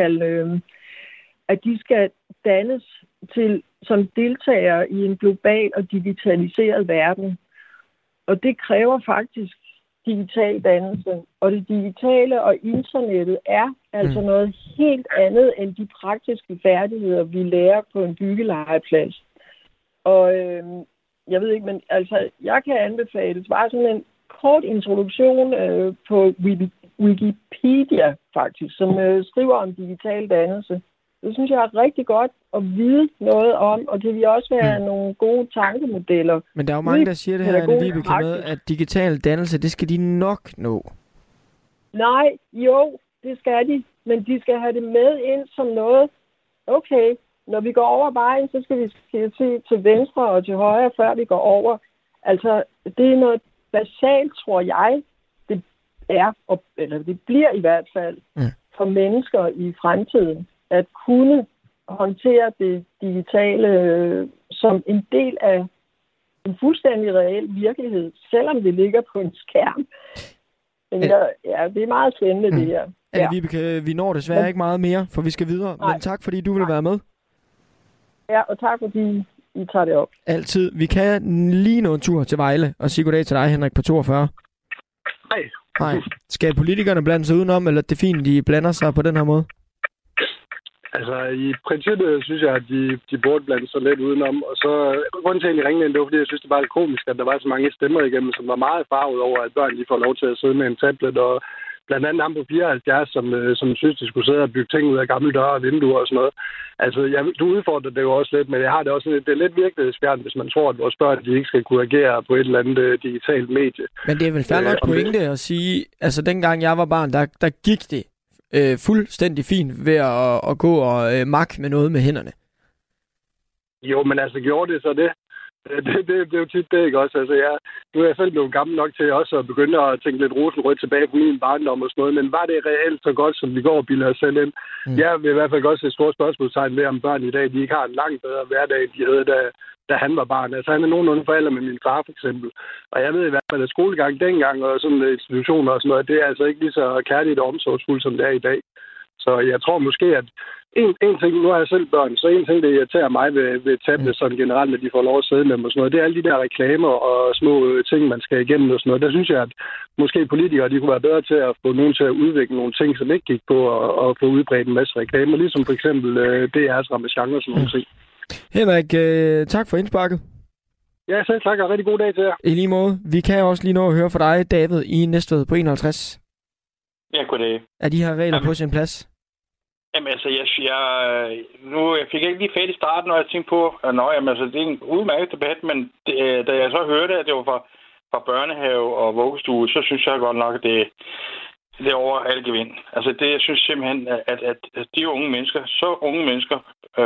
de skal dannes som deltagere i en global og digitaliseret verden. Og det kræver faktisk digital dannelse. Og det digitale og internettet er altså noget helt andet end de praktiske færdigheder, vi lærer på en byggelegeplads. Og jeg ved ikke, men altså, jeg kan anbefale bare sådan en kort introduktion på Wikipedia, faktisk, som skriver om digital dannelse. Det synes jeg er rigtig godt at vide noget om, og det vil også være nogle gode tankemodeller. Men der er jo mange, der siger det her, Anne-Vibeke, med, at digital dannelse, det skal de nok nå. Nej, jo, det skal de, men de skal have det med ind som noget. Okay, når vi går over vejen, så skal vi se til venstre og til højre, før vi går over. Altså, det er noget basalt, tror jeg, det er, eller det bliver i hvert fald, for mennesker i fremtiden, at kunne håndtere det digitale som en del af en fuldstændig reel virkelighed, selvom det ligger på en skærm. Men det er meget spændende, det her. Ja. Vi når desværre ikke meget mere, for vi skal videre. Nej. Men tak, fordi du vil være med. Ja, og tak, fordi I tager det op. Altid. Vi kan lige nå en tur til Vejle, og sige goddag til dig, Henrik, på 42. Hej. Skal politikerne blande sig udenom, eller er det fint, de blander sig på den her måde? Altså, i princippet synes jeg, at de burde blande sig lidt udenom. Og så grunden til, at jeg ringede ind, det var, fordi jeg synes, det var lidt komisk, at der var så mange stemmer igennem, som var meget farvet over, at børn de får lov til at sidde med en tablet. Og blandt andet ham på 74, som synes, de skulle sidde og bygge ting ud af gamle døre og vinduer og sådan noget. Altså, du udfordrer det jo også lidt, men jeg har det også lidt, det er lidt virkelighedsfjernt, hvis man tror, at vores børn de ikke skal kunne agere på et eller andet digitalt medie. Men det er vel fair nok pointe at sige, altså dengang jeg var barn, der gik det fuldstændig fint ved at gå og makke med noget med hænderne. Jo, men altså gjorde det så det? Det er jo tit det, ikke også? Altså, nu er jeg selv blevet gammel nok til også at begynde at tænke lidt rosenrødt tilbage på min barndom og sådan noget, men var det reelt så godt, som vi går og bilder os selv ind? Jeg vil i hvert fald godt se et stort spørgsmålstegn ved, om børn i dag, de ikke har en langt bedre hverdag, end de havde, da han var barn. Altså, han er nogenlunde forælder med min far, for eksempel. Og jeg ved i hvert fald, at skolegang dengang og sådan institutioner og sådan noget, det er altså ikke lige så kærligt og omsorgsfuldt, som det er i dag. Så jeg tror måske, at en ting, nu har jeg selv børn, så en ting, der irriterer mig ved tablet sådan generelt, når de får lov at sidde med dem og sådan noget, det er alle de der reklamer og små ting, man skal igennem og sådan noget. Der synes jeg, at måske politikere, de kunne være bedre til at få nogen til at udvikle nogle ting, som ikke gik på at få udbredt en masse reklamer, ligesom for eksempel DR's Ramachan og sådan nogle ting. Henrik, tak for indsparket. Ja, selv tak, og rigtig god dag til jer. I lige måde. Vi kan også lige nå at høre fra dig, David, i Næstved på 51. Ja, goddag. Er de her regler på sin plads? Jamen altså, jeg fik ikke lige fat i starten, når jeg tænkte på, at det er en udmærket debat, men da jeg så hørte, at det var fra børnehave og vuggestue, så synes jeg godt nok, at det er over alt gevind. Altså det, jeg synes simpelthen, at de unge mennesker,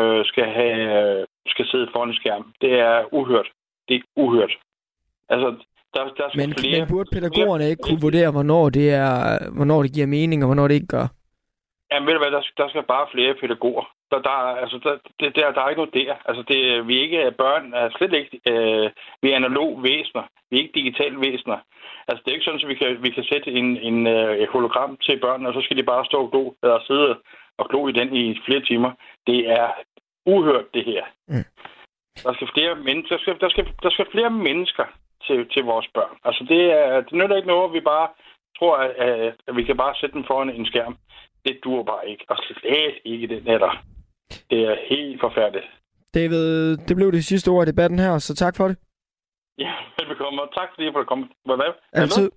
skal sidde foran en skærm. Det er uhørt. Det er uhørt. Altså, der skal flere... Men burde pædagogerne ikke kunne vurdere, hvornår det giver mening, og hvornår det ikke gør? Jamen, ved du hvad, der skal bare flere pædagoger. Der er ikke noget der. Altså, vi er ikke børn, er slet ikke... vi er analog væsener. Vi er ikke digitale væsener. Altså, det er ikke sådan, at vi kan sætte et hologram til børn, og så skal de bare stå og glo, eller sidde og glo i den i flere timer. Det er uhørt, det her. Der skal flere mennesker. Der skal flere mennesker til vores børn. Altså, det nytter ikke noget, at vi bare tror, at vi kan bare sætte dem foran en skærm. Det duer bare ikke. Og slet ikke den alder. Det er helt forfærdeligt. David, det blev det sidste ord i debatten her, så tak for det. Ja, velbekomme, og tak fordi jeg måtte komme. Hvad? Altid.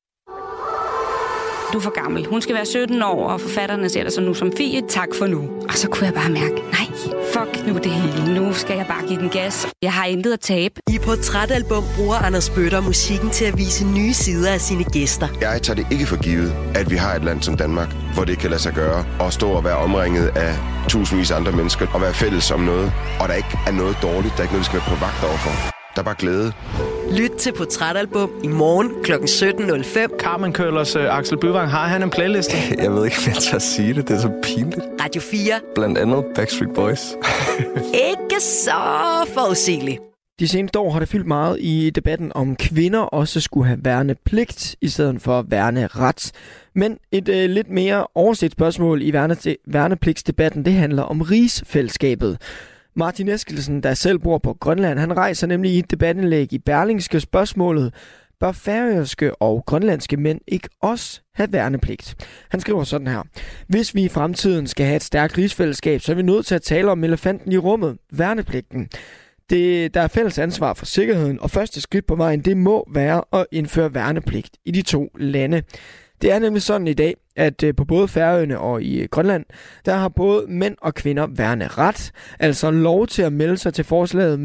Du er for gammel. Hun skal være 17 år, og forfatterne ser dig så nu som Fie. Tak for nu. Og så kunne jeg bare mærke, nej, fuck nu det hele. Nu skal jeg bare give den gas. Jeg har intet at tabe. I Portrætalbum bruger Anders Bøtter musikken til at vise nye sider af sine gæster. Jeg tager det ikke for givet, at vi har et land som Danmark, hvor det kan lade sig gøre at stå og være omringet af tusindvis af andre mennesker og være fælles om noget, og der ikke er noget dårligt, der er ikke noget, vi skal være på vagt overfor. Der er bare glæde. Lyt til Portrætalbum i morgen kl. 17.05. Carmen Køllers Axel Byvang, har han en playliste? Jeg ved ikke, hvad jeg tør sige det. Det er så pinligt. Radio 4. Blandt andet Backstreet Boys. Ikke så forudsigeligt. De seneste år har det fyldt meget i debatten om kvinder også skulle have værnepligt i stedet for værneret. Men et lidt mere overset spørgsmål i værnepligtsdebatten, det handler om rigsfællesskabet. Martin Eskelsen, der selv bor på Grønland, han rejser nemlig i et debatindlæg i Berlingske spørgsmålet: bør færøske og grønlandske mænd ikke også have værnepligt? Han skriver sådan her: hvis vi i fremtiden skal have et stærkt rigsfællesskab, så er vi nødt til at tale om elefanten i rummet, værnepligten. Der er fælles ansvar for sikkerheden, og første skridt på vejen, det må være at indføre værnepligt i de to lande. Det er nemlig sådan i dag, at på både Færøerne og i Grønland, der har både mænd og kvinder værneret, altså lov til at melde sig til forsvaret,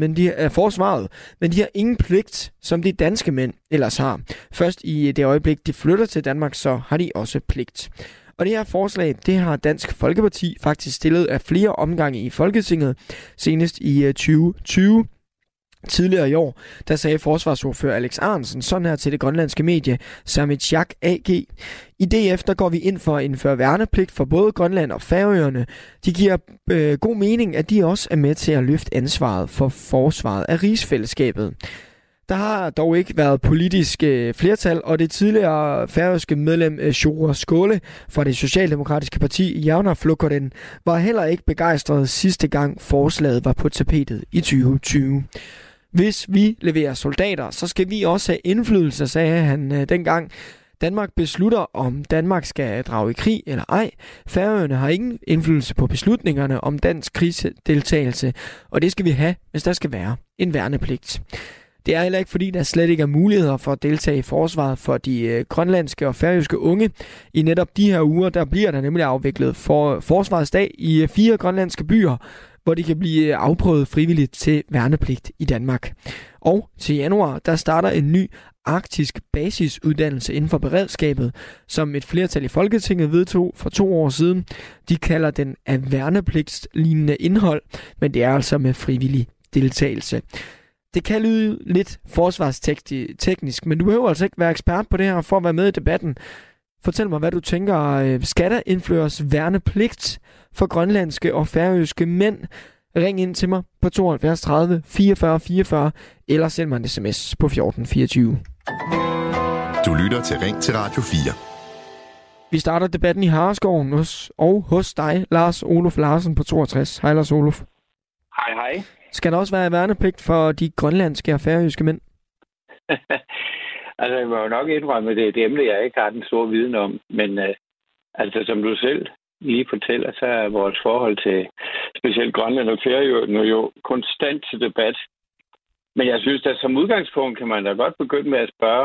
men de har ingen pligt, som de danske mænd ellers har. Først i det øjeblik, de flytter til Danmark, så har de også pligt. Og det her forslag, det har Dansk Folkeparti faktisk stillet af flere omgange i Folketinget, senest i 2020. Tidligere i år, der sagde forsvarsordfører Alex Ahrendtsen sådan her til det grønlandske medie Samichak AG: i DF, der går vi ind for at indføre værnepligt for både Grønland og Færøerne. De giver god mening, at de også er med til at løfte ansvaret for forsvaret af rigsfællesskabet. Der har dog ikke været politisk flertal, og det tidligere færøske medlem Sjura Skåle fra det socialdemokratiske parti Javnaðarflokkurin var heller ikke begejstret sidste gang forslaget var på tapetet i 2020. Hvis vi leverer soldater, så skal vi også have indflydelse, sagde han dengang. Danmark beslutter, om Danmark skal drage i krig eller ej. Færøerne har ingen indflydelse på beslutningerne om dansk krigsdeltagelse, og det skal vi have, hvis der skal være en værnepligt. Det er heller ikke, fordi der slet ikke er muligheder for at deltage i forsvaret for de grønlandske og færøske unge. I netop de her uger, der bliver der nemlig afviklet forsvarsdag i 4 grønlandske byer, hvor de kan blive afprøvet frivilligt til værnepligt i Danmark. Og til januar, der starter en ny arktisk basisuddannelse inden for beredskabet, som et flertal i Folketinget vedtog for 2 år siden. De kalder den af værnepligtslignende indhold, men det er altså med frivillig deltagelse. Det kan lyde lidt forsvarsteknisk, men du behøver altså ikke være ekspert på det her for at være med i debatten. Fortæl mig, hvad du tænker. Skal der indføres værnepligt for grønlandske og færøske mænd? Ring ind til mig på 72 30 44 44, eller send mig en sms på 1424. Du lytter til Ring til Radio 4. Vi starter debatten i Hareskoven hos dig, Lars Olof Larsen på 62. Hej Lars Olof. Hej hej. Skal der også være værnepligt for de grønlandske og færøske mænd? Altså, jeg må jo nok indrømme, det er et emne, jeg ikke har den store viden om. Men altså, som du selv lige fortæller, så er vores forhold til specielt Grønland og Færøerne jo konstant til debat. Men jeg synes, at som udgangspunkt kan man da godt begynde med at spørge,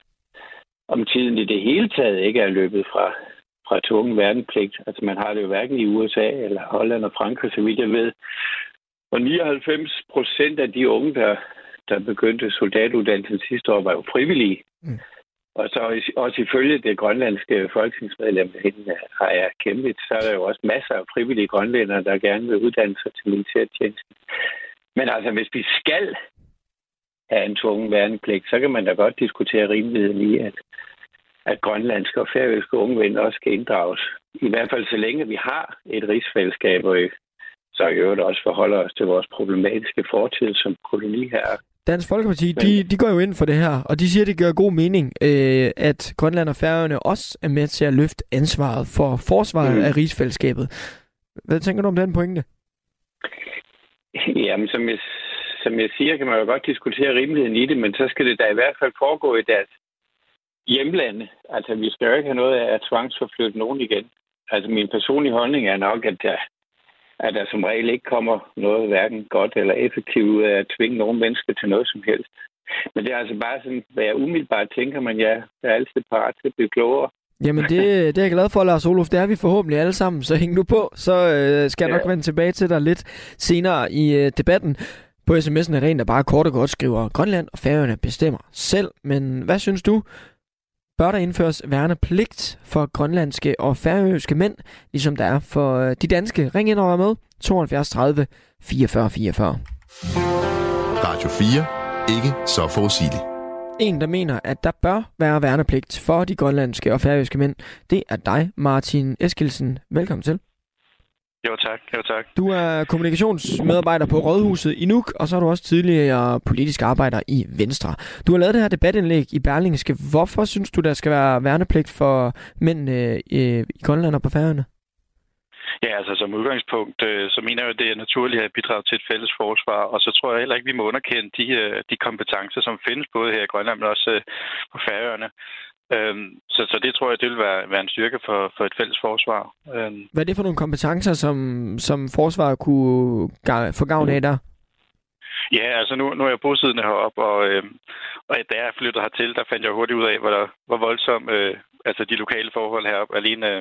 om tiden i det hele taget ikke er løbet fra tvungen værnepligt. Altså, man har det jo hverken i USA eller Holland og Frankrig, så vidt jeg ved. Og 99% af de unge, der begyndte soldatuddannelsen sidste år, var jo frivillige. Mm. Og så også ifølge det grønlandske folketingsmedlem, har jeg kæmpet, så er der jo også masser af frivillige grønlændere, der gerne vil uddanne sig til militærtjeneste. Men altså, hvis vi skal have en tvungen værnepligt, så kan man da godt diskutere rimeligheden i, at grønlandske og færøske unge mænd også skal inddrages. I hvert fald så længe vi har et rigsfællesskab, og så i øvrigt også forholder os til vores problematiske fortid som koloniherre. Dansk Folkeparti, de går jo ind for det her, og de siger, det gør god mening, at Grønland og Færøerne også er med til at løfte ansvaret for forsvaret af rigsfællesskabet. Hvad tænker du om den pointe? Jamen, som jeg siger, kan man jo godt diskutere rimeligheden i det, men så skal det da i hvert fald foregå i deres hjemlande. Altså, vi skal jo ikke have noget af at tvangsforflytte nogen igen. altså min personlige holdning er nok, at der som regel ikke kommer noget hverken godt eller effektivt ud af at tvinge nogle mennesker til noget som helst. Men det er altså bare sådan, hvad jeg umiddelbart tænker, men jeg er altid parat til at blive klogere. Jamen, det er jeg glad for, Lars Olof. Det er vi forhåbentlig alle sammen, så hæng nu på. Så skal jeg nok vende tilbage til dig lidt senere i debatten. På sms'en er der en, der bare kort og godt skriver, Grønland og Færøerne bestemmer selv. Men hvad synes du? Bør der indføres værnepligt for grønlandske og færøske mænd, ligesom der er for de danske? Ring ind og vær med. 72 30 44 44. Radio 4. Ikke så forudsigeligt. En, der mener, at der bør være værnepligt for de grønlandske og færøske mænd, det er dig, Martin Eskildsen. Velkommen til. Jo tak. Du er kommunikationsmedarbejder på Rådhuset i Nuuk, og så er du også tidligere politisk arbejder i Venstre. Du har lavet det her debatindlæg i Berlingske. Hvorfor synes du, der skal være værnepligt for mænd i Grønland og på Færøerne? Ja, altså som udgangspunkt, så mener jeg, at det er naturligt at bidrage til et fælles forsvar, og så tror jeg heller ikke, vi må underkende de kompetencer, som findes både her i Grønland, men også på Færøerne. Så det tror jeg, det vil være en styrke for et fælles forsvar. Hvad er det for nogle kompetencer, som forsvaret kunne få gavn af der? Ja, altså nu er jeg bosiddende heroppe, og da jeg flyttede hertil, der fandt jeg hurtigt ud af, hvor voldsomt altså de lokale forhold heroppe alene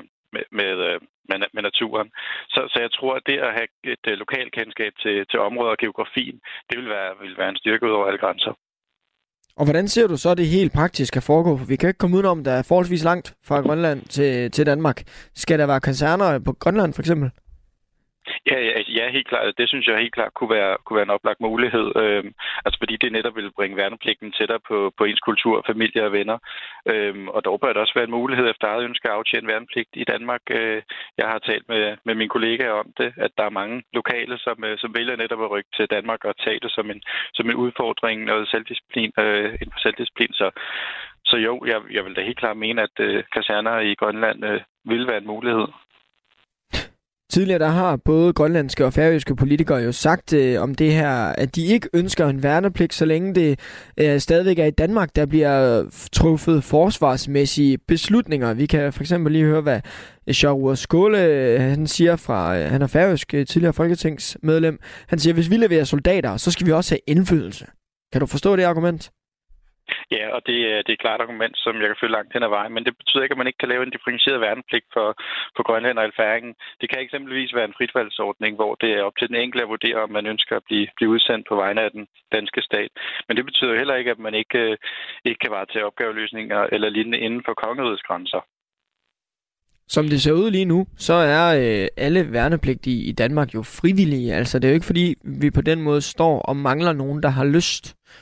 med naturen. Så jeg tror, at det at have et lokalt kendskab til områder og geografien, det vil være en styrke ud over alle grænser. Og hvordan ser du så det helt praktisk kan foregå? For vi kan ikke komme udenom, der er forholdsvis langt fra Grønland til Danmark. Skal der være kaserner på Grønland for eksempel? Ja, helt klart. Det synes jeg helt klart kunne være en oplagt mulighed. Altså fordi det netop vil bringe værnepligten tættere på ens kultur, familie og venner. Og dog bør det også være en mulighed efter eget ønske at aftjene værnepligt i Danmark. Jeg har talt med mine kollegaer om det, at der er mange lokale, som vælger netop at rykke til Danmark og tage det som en udfordring, noget selvdisciplin, inden for selvdisciplin. Så jo, jeg vil da helt klart mene, at kaserner i Grønland vil være en mulighed. Tidligere der har både grønlandske og færøske politikere jo sagt om det her, at de ikke ønsker en værnepligt, så længe det stadigvæk er i Danmark, der bliver truffet forsvarsmæssige beslutninger. Vi kan for eksempel lige høre, hvad Sjárður Skaale han siger han er færøsk tidligere folketingsmedlem. Han siger, at hvis vi leverer soldater, så skal vi også have indflydelse. Kan du forstå det argument? Ja, og det er et klart argument, som jeg kan følge langt hen ad vejen, men det betyder ikke, at man ikke kan lave en differentieret værnepligt for Grønland og færingen. Det kan eksempelvis være en fritvalgsordning, hvor det er op til den enkelte at vurdere, om man ønsker at blive udsendt på vegne af den danske stat. Men det betyder heller ikke, at man ikke kan varetage opgaveløsninger eller lignende inden for kongerigets grænser. Som det ser ud lige nu, så er alle værnepligtige i Danmark jo frivillige. Altså det er jo ikke fordi, vi på den måde står og mangler nogen, der har lyst.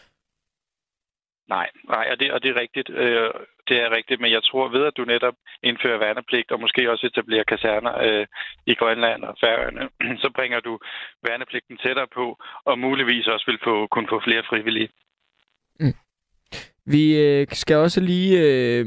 Nej, og det er rigtigt. Det er rigtigt, men jeg tror ved, at du netop indfører værnepligt og måske også etablerer kaserner i Grønland og Færøerne, så bringer du værnepligten tættere på, og muligvis også vil kunne få flere frivillige. Mm. Vi skal også lige...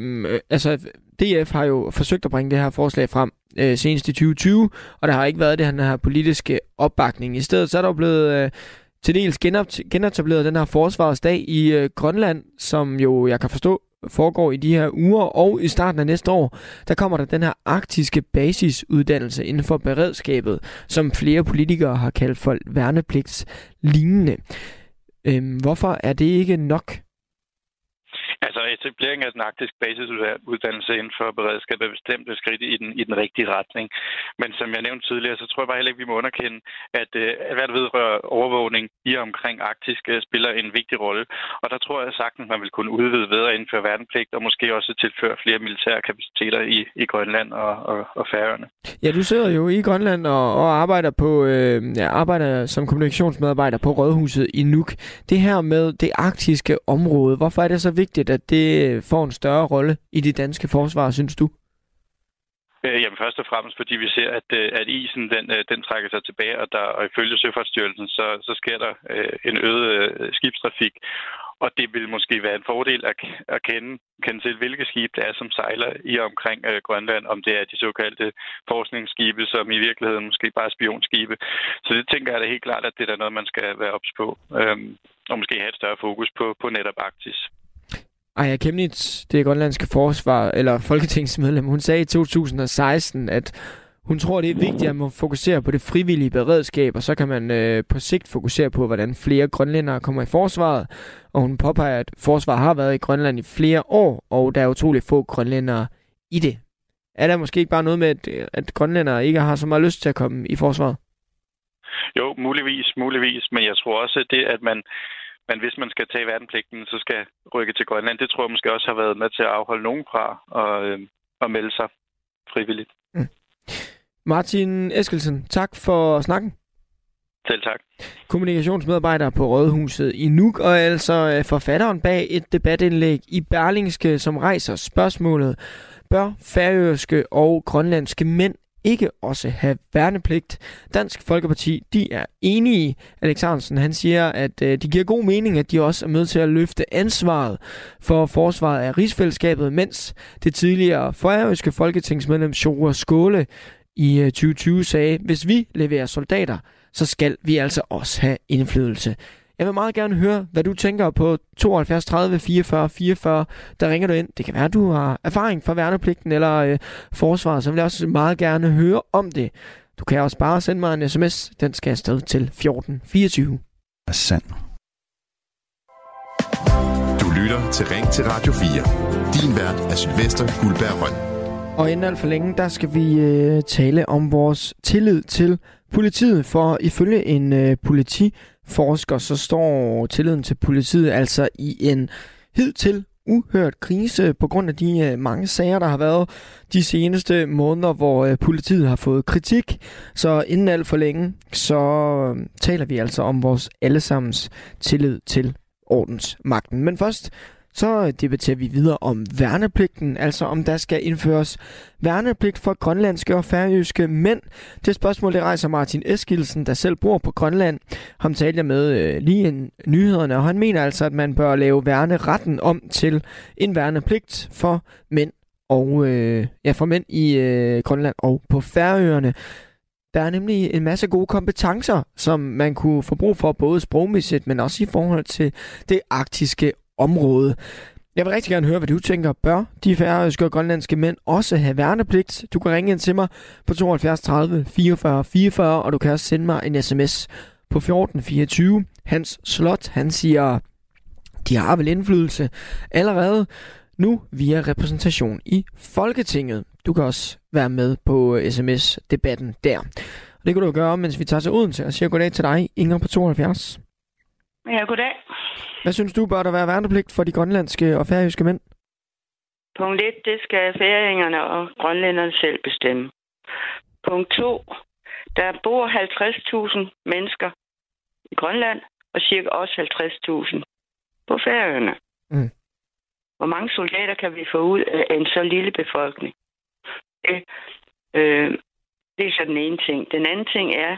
DF har jo forsøgt at bringe det her forslag frem senest i 2020, og der har ikke været den her politiske opbakning. I stedet så er der jo blevet... til dels genetableret den her forsvarsdag i Grønland, som jo, jeg kan forstå, foregår i de her uger, og i starten af næste år, der kommer der den her arktiske basisuddannelse inden for beredskabet, som flere politikere har kaldt for værnepligtslignende. Hvorfor er det ikke nok? Altså etablering af den arktiske basisuddannelse inden for beredskab er bestemt et skridt i den rigtige retning. Men som jeg nævnte tidligere, så tror jeg bare heller ikke, vi må underkende, at hvad der vedrører overvågning i og omkring Arktis spiller en vigtig rolle. Og der tror jeg sagtens, man vil kunne udvide ved at indføre værnepligt og måske også tilføre flere militære kapaciteter i Grønland og Færøerne. Ja, du sidder jo i Grønland og arbejder arbejder som kommunikationsmedarbejder på Rådhuset i Nuuk. Det her med det arktiske område, hvorfor er det så vigtigt, at det får en større rolle i det danske forsvar, synes du? Jamen først og fremmest, fordi vi ser, at isen den trækker sig tilbage, og ifølge Søfartsstyrelsen, så sker der en øget skibstrafik. Og det vil måske være en fordel at kende til, hvilke skib det er, som sejler i og omkring Grønland, om det er de såkaldte forskningsskibe, som i virkeligheden måske bare er spionskibe. Så det tænker jeg da helt klart, at det er noget, man skal være ops på, og måske have et større fokus på netop Arktis. Aya Kemnitz, det grønlandske forsvar, eller folketingsmedlem, hun sagde i 2016, at hun tror, det er vigtigt, at man fokuserer på det frivillige beredskab, og så kan man på sigt fokusere på, hvordan flere grønlændere kommer i forsvaret. Og hun påpeger, at forsvaret har været i Grønland i flere år, og der er utroligt få grønlændere i det. Er der måske ikke bare noget med, at grønlændere ikke har så meget lyst til at komme i forsvaret? Jo, muligvis. Men jeg tror også, at det, at man hvis man skal tage værnepligten, så skal rykke til Grønland. Det tror jeg måske også har været med til at afholde nogen fra at melde sig frivilligt. Mm. Martin Eskelsen, tak for snakken. Selv tak. Kommunikationsmedarbejder på Rådhuset i Nuuk, og altså forfatteren bag et debatindlæg i Berlingske, som rejser spørgsmålet: bør færøske og grønlandske mænd ikke også have værnepligt? Dansk Folkeparti, de er enige. Alex Ahrendtsen, han siger, at det giver god mening, at de også er med til at løfte ansvaret for forsvaret af rigsfællesskabet, mens det tidligere færøske folketingsmedlem Sjúrður Skaale i 2020 sagde, hvis vi leverer soldater, så skal vi altså også have indflydelse. Jeg vil meget gerne høre, hvad du tænker på 72 30 44 44. Der ringer du ind. Det kan være, at du har erfaring fra værnepligten eller forsvaret, så vil jeg også meget gerne høre om det. Du kan også bare sende mig en sms. Den skal afsted til 1424. Sand. Du lytter til Ring til Radio 4. Din vært er Sylvester Guldberg Røn. Og inden alt for længe, der skal vi tale om vores tillid til politiet. For ifølge en politiforsker, så står tilliden til politiet altså i en hidtil uhørt krise på grund af de mange sager, der har været de seneste måneder, hvor politiet har fået kritik. Så inden alt for længe, så taler vi altså om vores allesammens tillid til ordensmagten. Men først så debatterer vi videre om værnepligten, altså om der skal indføres værnepligt for grønlandske og færøske mænd. Det spørgsmål, det rejser Martin Eskelsen, der selv bor på Grønland. Ham talte jeg med lige i nyhederne, og han mener altså, at man bør lave værneretten om til en værnepligt for mænd og for mænd i Grønland og på Færøerne. Der er nemlig en masse gode kompetencer, som man kunne få brug for, både sprogmæssigt, men også i forhold til det arktiske område. Jeg vil rigtig gerne høre, hvad du tænker. Bør de færøske og grønlandske mænd også have værnepligt? Du kan ringe ind til mig på 72 30 44 44, og du kan også sende mig en sms på 1424. Hans Slot, han siger, de har vel indflydelse allerede nu via repræsentation i Folketinget. Du kan også være med på sms-debatten der. Og det kan du gøre, mens vi tager til Odense og siger goddag til dig, Inger på 72. Ja, goddag. Hvad synes du, bør der være værnepligt for de grønlandske og færøske mænd? Punkt 1, det skal færingerne og grønlænderne selv bestemme. Punkt 2, der bor 50.000 mennesker i Grønland, og cirka også 50.000 på Færøerne. Mm. Hvor mange soldater kan vi få ud af en så lille befolkning? Det er så den ene ting. Den anden ting er,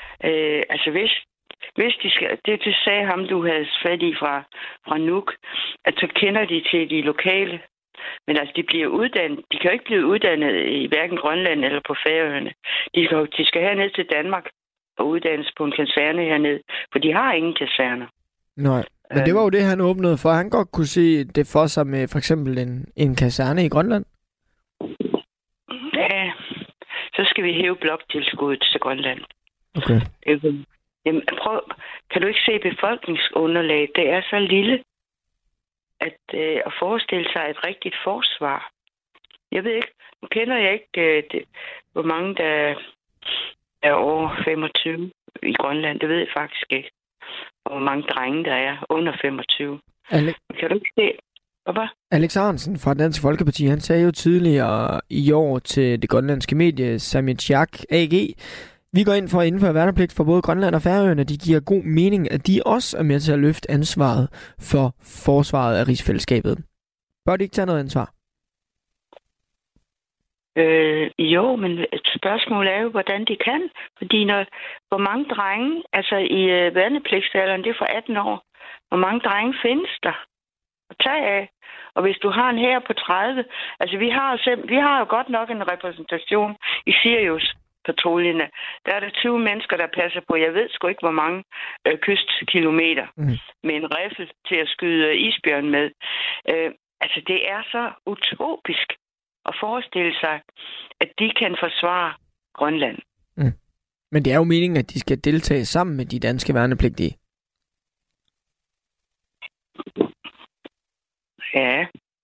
hvis de skal, det sagde ham, du havde fat i fra Nuuk, at så kender de til de lokale. Men altså, de bliver uddannet. De kan jo ikke blive uddannet i hverken Grønland eller på Færøerne. De skal herned til Danmark og uddannes på en kaserne hernede, for de har ingen kaserner. Nej, men det var jo det, han åbnede for. Han godt kunne se det for sig med for eksempel en kaserne i Grønland. Ja, så skal vi hæve bloktilskuddet til Grønland. Okay. Jamen, kan du ikke se befolkningsunderlag? Det er så lille, at forestille sig et rigtigt forsvar. Jeg ved ikke, nu kender jeg ikke, hvor mange der er over 25 i Grønland. Det ved jeg faktisk ikke. Og hvor mange drenge der er under 25. Kan du ikke se? Alex Ahrendtsen fra Dansk Folkeparti, han sagde jo tidligere i år til det grønlandske medie Samitsiaq AG, vi går ind for at indføre værnepligt for både Grønland og Færøerne. De giver god mening, at de også er med til at løfte ansvaret for forsvaret af rigsfællesskabet. Bør de ikke tage noget ansvar? Jo, men spørgsmålet er jo, hvordan de kan. Fordi hvor mange drenge, altså i værnepligtsalderen, det er for 18 år, hvor mange drenge findes der at tage af? Og hvis du har en her på 30, altså vi har jo godt nok en repræsentation i Sirius patruljerne. Der er der 20 mennesker, der passer på, jeg ved sgu ikke, hvor mange kystkilometer med en riffel til at skyde isbjørn med. Altså, det er så utopisk at forestille sig, at de kan forsvare Grønland. Mm. Men det er jo meningen, at de skal deltage sammen med de danske værnepligtige. Ja.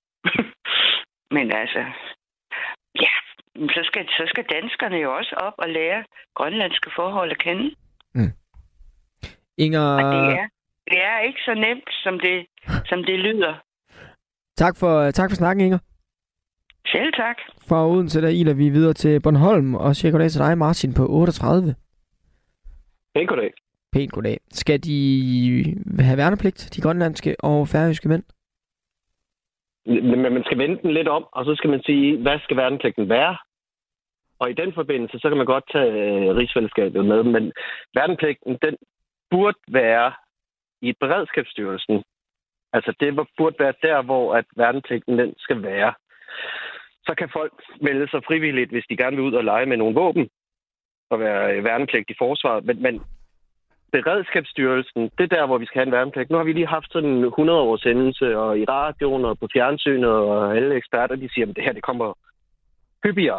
Men altså, ja, så skal danskerne jo også op og lære grønlandske forhold at kende. Mm. Inger... Og det er ikke så nemt, som det lyder. Tak for snakken, Inger. Selv tak. Fra Odense, der iler vi videre til Bornholm, og siger goddag til dig, Martin, på 38. Pænt goddag. Pænt goddag. Skal de have værnepligt, de grønlandske og færøske mænd? Men man skal vende den lidt om, og så skal man sige, hvad skal værnepligten være? Og i den forbindelse, så kan man godt tage rigsfællesskabet med, men værnepligten, den burde være i Beredskabsstyrelsen. Altså det burde være der, hvor at værnepligten den skal være. Så kan folk melde sig frivilligt, hvis de gerne vil ud og lege med nogle våben og være værnepligt i forsvaret. Men Beredskabsstyrelsen, det er der, hvor vi skal have en værnepligt. Nu har vi lige haft sådan en 100-års hændelse, og i radioen og på fjernsynet, og alle eksperter, de siger, at det her det kommer hyppigere.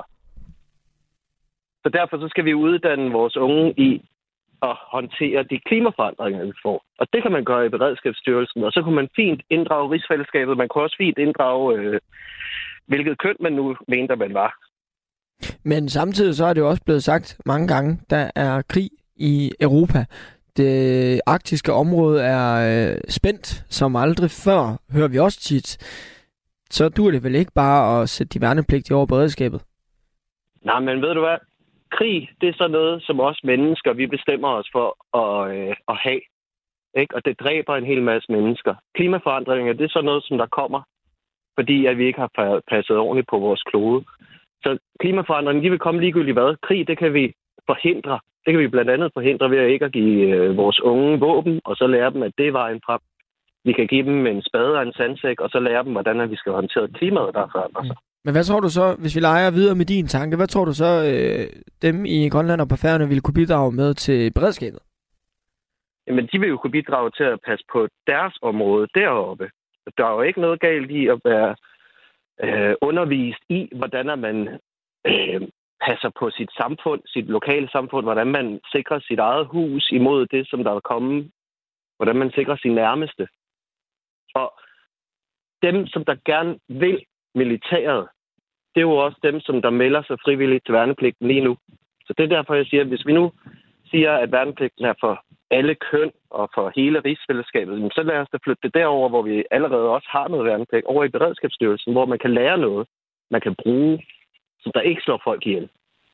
Så derfor så skal vi uddanne vores unge i at håndtere de klimaforandringer, vi får. Og det kan man gøre i Beredskabsstyrelsen, og så kunne man fint inddrage rigsfællesskabet. Man kunne også fint inddrage, hvilket køn man nu mente, man var. Men samtidig så er det jo også blevet sagt mange gange, der er krig i Europa. Det arktiske område er spændt som aldrig før, hører vi også tit. Så dur det vel ikke bare at sætte de værnepligtige over beredskabet? Nej, men ved du hvad? Krig, det er sådan noget, som os mennesker, vi bestemmer os for at have. Ikke? Og det dræber en hel masse mennesker. Klimaforandringer, det er sådan noget, som der kommer, fordi at vi ikke har passet ordentligt på vores klode. Så klimaforandringer, de vil komme ligegyldigt hvad. Krig, det kan vi forhindre. Det kan vi blandt andet forhindre ved at ikke at give vores unge våben, og så lære dem, at det er vejen frem. Vi kan give dem en spade og en sandsæk, og så lære dem, hvordan vi skal håndtere klimaet, der forandrer sig. Men hvad tror du så, hvis vi leger videre med din tanke, hvad tror du så, dem i Grønland og på Færøerne ville kunne bidrage med til beredskabet? Jamen, de vil jo kunne bidrage til at passe på deres område deroppe. Der er jo ikke noget galt i at være undervist i, hvordan man passer på sit samfund, sit lokale samfund, hvordan man sikrer sit eget hus imod det, som der er kommet, hvordan man sikrer sin nærmeste. Og dem, som der gerne vil militæret, det er jo også dem, som der melder sig frivilligt til værnepligten lige nu. Så det er derfor, jeg siger, at hvis vi nu siger, at værnepligten er for alle køn og for hele rigsfællesskabet, så lad os da flytte det derover, hvor vi allerede også har noget værnepligt, over i Beredskabsstyrelsen, hvor man kan lære noget, man kan bruge, som der ikke slår folk ihjel.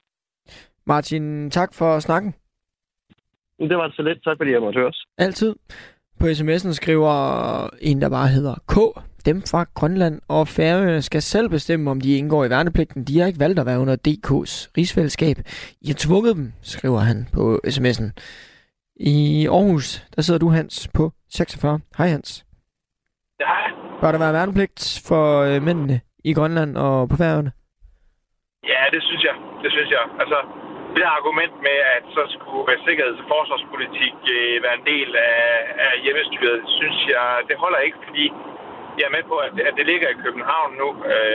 Martin, tak for snakken. Det var det så lidt. Tak fordi jeg måtte høres. Altid. På sms'en skriver en, der bare hedder K. Dem fra Grønland og Færøerne skal selv bestemme, om de indgår i værnepligten. De har ikke valgt at være under DK's rigsfællesskab. I har tvunget dem, skriver han på sms'en. I Aarhus, der sidder du, Hans, på 46. Hej, Hans. Ja. Bør der være værnepligt for mændene i Grønland og på Færøerne? Ja, det synes jeg. Altså, det der argument med, at så skulle sikkerheds- og forsvarspolitik være en del af hjemmestyret, synes jeg, det holder ikke, fordi jeg er med på, at det ligger i København nu.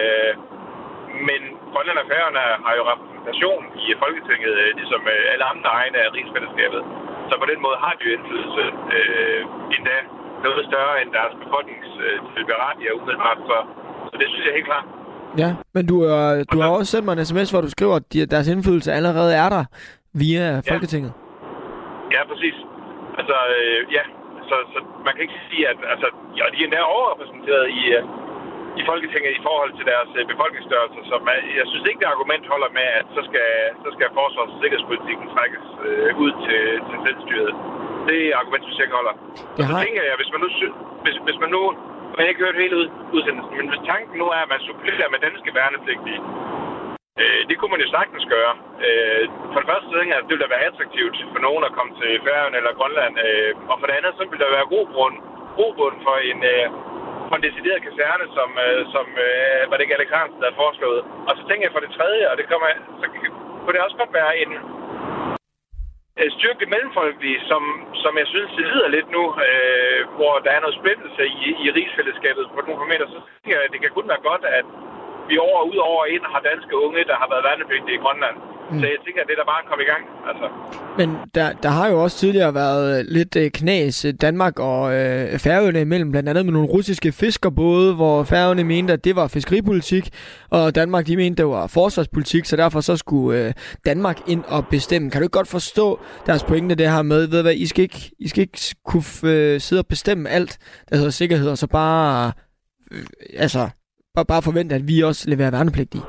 Men Grønland og Færøerne har jo repræsentation i Folketinget, ligesom alle andre egne af rigsfællesskabet. Så på den måde har de jo indflydelse endda noget større end deres befolkningstilberetninger umiddelbart. Så det synes jeg helt klart. Ja, men du har også sendt mig en sms, hvor du skriver, at deres indflydelse allerede er der via Folketinget. Ja, præcis. Altså, ja. Så man kan ikke sige, at altså, ja, de er endda overrepræsenteret i Folketinget i forhold til deres befolkningsstørrelse. Så jeg synes ikke, det argument holder med, at så skal forsvars- og sikkerhedspolitikken trækkes ud til selvstyret. Det argument synes jeg ikke holder. Og så tænker jeg, hvis man nu jeg har ikke hørt hele udsendelsen, men hvis tanken nu er, at man supplerer med danske værnepligtige, det kunne man jo sagtens gøre. For det første tænker jeg, at det ville da være attraktivt for nogen at komme til Færøerne eller Grønland, og for det andet, så ville der være grobund for en decideret kaserne, som var det ikke Alex Hansen, der havde foreslået. Og så tænker jeg for det tredje, og det kommer, så kunne det også godt være styrke det mellemfolkelige, som jeg synes, det lider lidt nu, hvor der er noget splittelse i rigsfællesskabet på nogle parametre, så tænker jeg, at det kan kun være godt, at vi ud over ind har danske unge, der har været værnepligtige i Grønland. Så jeg tænker, at det er der bare at komme i gang. Altså. Men der har jo også tidligere været lidt knas Danmark og Færøerne imellem, blandt andet med nogle russiske fiskerbåde, hvor Færøerne mente, at det var fiskeripolitik, og Danmark de mente, det var forsvarspolitik, så derfor så skulle Danmark ind og bestemme. Kan du ikke godt forstå deres pointe det her med, ved hvad, I skal ikke kunne sidde og bestemme alt, der hedder sikkerhed, og så bare bare forvente, at vi også leverer værnepligtige?